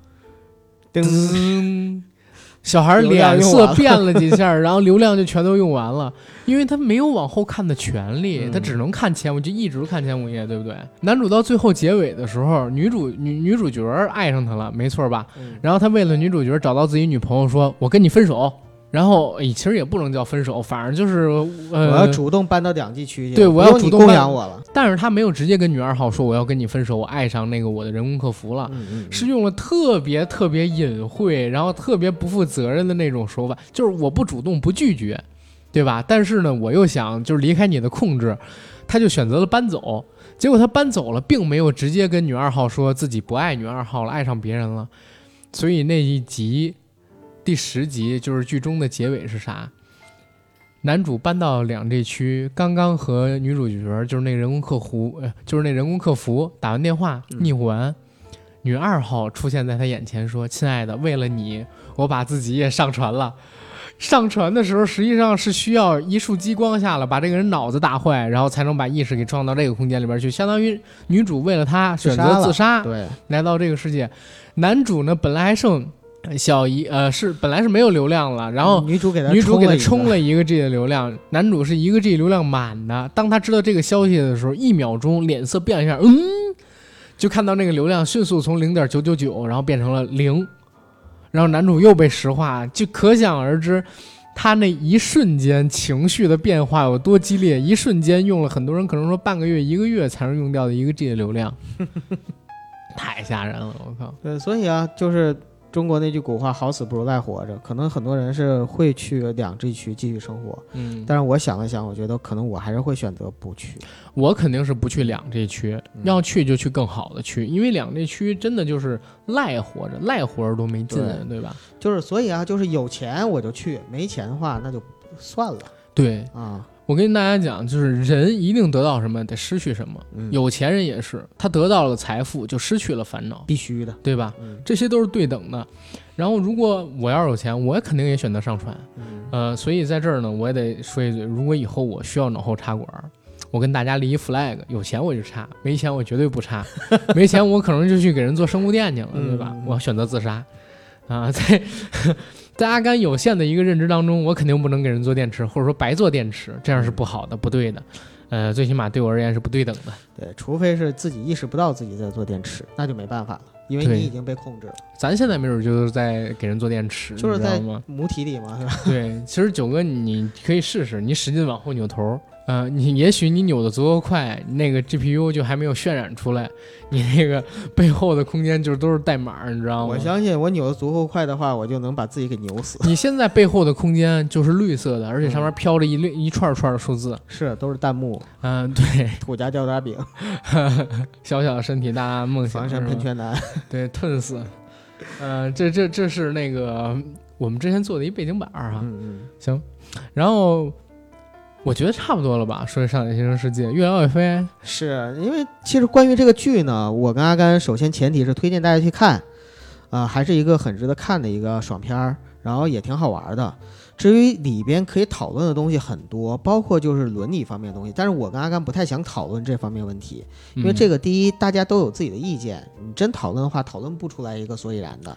噔，小孩脸色变了几下，然后流量就全都用完了，因为他没有往后看的权利， 嗯、 他只能看前五，就一直看前五页，对不对？男主到最后结尾的时候，女主女女主角爱上他了，没错吧？ 嗯、 然后他为了女主角找到自己女朋友说：“我跟你分手。”然后其实也不能叫分手，反正就是呃， 我要主动搬到两 G 区去， 对，我要主动供养我了。 但是他没有直接跟女二号说我要跟你分手，我爱上那个我的人工客服了， 嗯嗯嗯， 是用了特别特别隐晦，然后特别不负责任的那种手法，就是我不主动不拒绝，对吧？但是呢，我又想就是离开你的控制，他就选择了搬走。结果他搬走了，并没有直接跟女二号说自己不爱女二号了，爱上别人了。所以那一集。第十集就是剧中的结尾是啥？男主搬到两 G 区，刚刚和女主角就是那人工客服，呃，就是那人工客服打完电话腻乎完，嗯、女二号出现在他眼前说：“亲爱的，为了你，我把自己也上传了。”上传的时候实际上是需要一束激光下了，把这个人脑子打坏，然后才能把意识给装到这个空间里边去。相当于女主为了他选择自杀， 对， 来到这个世界。男主呢，本来还剩。小姨呃是本来是没有流量了，然后女主给他女主给他充了一个 G 的流量，男主是一个 G 流量满的。当他知道这个消息的时候，一秒钟脸色变一下，嗯，就看到那个流量迅速从零点九九九，然后变成了零，然后男主又被石化，就可想而知，他那一瞬间情绪的变化有多激烈。一瞬间用了很多人可能说半个月、一个月才能用掉的一个 G 的流量，太吓人了，我靠！ 对，所以啊，就是。中国那句古话，好死不如赖活着，可能很多人是会去两 G 区继续生活， 嗯， 但是我想了想，我觉得可能我还是会选择不去。 我肯定是不去两 G 区，嗯、要去就去更好的区，因为两 G 区真的就是赖活着，赖活着都没劲，对, 对吧？ 就是所以啊，就是有钱我就去，没钱的话那就算了。 对啊。 我跟大家讲，就是人一定得到什么，得失去什么。 嗯、 有钱人也是，他得到了财富，就失去了烦恼， 必须的， 对吧？ 嗯、 这些都是对等的。然后，如果我要是有钱，我肯定也选择上传。 嗯、 呃，所以在这儿呢，我也得说一嘴，如果以后我需要脑后插管，我跟大家立一 flag， 有钱我就插，没钱我绝对不插。没钱我可能就去给人做生物电去了，对吧？ 嗯、 我选择自杀。啊，在在阿甘有限的一个认知当中，我肯定不能给人做电池，或者说白做电池，这样是不好的，不对的。呃，最起码对我而言是不对等的。 对，除非是自己意识不到自己在做电池，那就没办法了，因为你已经被控制了。 咱现在没准就是在给人做电池， 就是在母体里嘛，是吧？ 对，其实九哥你可以试试，你使劲往后扭头。呃，你也许你扭的足够快，那个 G P U 就还没有渲染出来，你那个背后的空间就是都是代码，你知道吗？ 我相信我扭的足够快的话，我就能把自己给扭死。 你现在背后的空间就是绿色的，而且上面飘着一粒、嗯、一串串的数字， 是都是弹幕。 嗯、呃，对， 土家吊打饼， 小小的身体，大大的梦想， 防晒喷泉男， 对，吞死。呃，这这这是那个我们之前做的一背景板啊。 嗯嗯， 行，然后。我觉得差不多了吧，说上海新生世界越聊越飞。 是因为其实关于这个剧呢，我跟阿甘首先前提是推荐大家去看，啊、呃，还是一个很值得看的一个爽片儿，然后也挺好玩的。至于里边可以讨论的东西很多，包括就是伦理方面的东西，但是我跟阿甘不太想讨论这方面问题，因为这个第一大家都有自己的意见，你真讨论的话讨论不出来一个所以然的。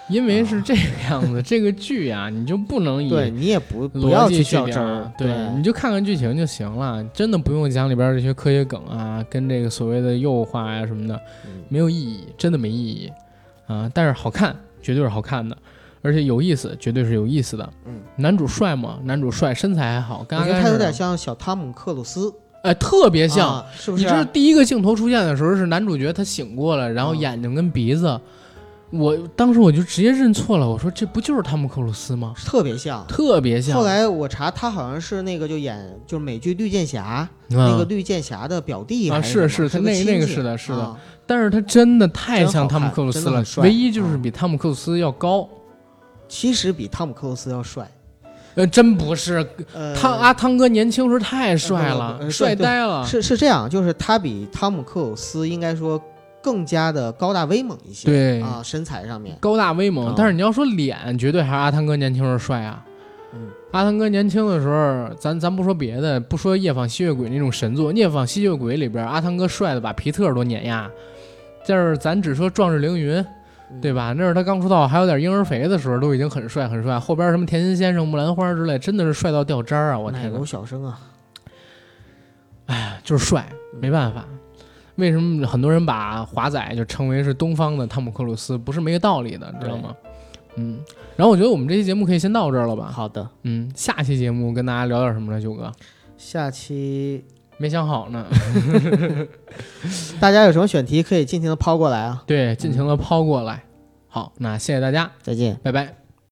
因为是这个样子，这个剧啊，你就不能以对你也不不要去较真儿， 对，你就看看剧情就行了，真的不用讲里边这些科学梗啊，跟这个所谓的诱惑呀、什么的，没有意义，真的没意义啊。但是好看，绝对是好看的，而且有意思，绝对是有意思的。 嗯， 男主帅吗？男主帅，身材还好， 我觉得他有点像小汤姆克鲁斯。 哎，特别像， 啊、是不是？ 你知道第一个镜头出现的时候是男主角他醒过了，然后眼睛跟鼻子。我当时我就直接认错了，我说这不就是汤姆克鲁斯吗？ 特别像， 特别像。 后来我查，他好像是那个就演就是美剧《绿箭侠》 嗯、 那个绿箭侠的表弟啊， 是是是，他那那个是的，是的、 啊。 但是他真的太像汤姆克鲁斯了，唯一就是比汤姆克鲁斯要高。 啊、其实比汤姆克鲁斯要帅。 呃，真不是， 呃、 汤阿汤哥年轻时太帅了， 呃、 帅呆了。 是是这样，就是他比汤姆克鲁斯应该说。更加的高大威猛一些， 对啊，身材上面高大威猛， 嗯、 但是你要说脸，绝对还是阿汤哥年轻时候帅啊。 嗯， 阿汤哥年轻的时候，咱咱不说别的，不说夜访吸血鬼那种神作，夜访吸血鬼里边，阿汤哥帅的把皮特都碾压。但是咱只说壮志凌云，对吧？那是他刚出道还有点婴儿肥的时候，都已经很帅很帅。后边什么甜心先生、木兰花之类，真的是帅到掉渣啊！我天哪， 奶油小生啊！ 哎，就是帅，没办法。为什么很多人把华仔就称为是东方的汤姆克鲁斯，不是没个道理的，你知道吗？嗯，然后我觉得我们这期节目可以先到这儿了吧？ 好的， 嗯，下期节目跟大家聊点什么呢，九哥？ 下期没想好呢， 大家有什么选题可以尽情的抛过来啊？ 对，尽情的抛过来。好，那谢谢大家， 再见， 拜拜。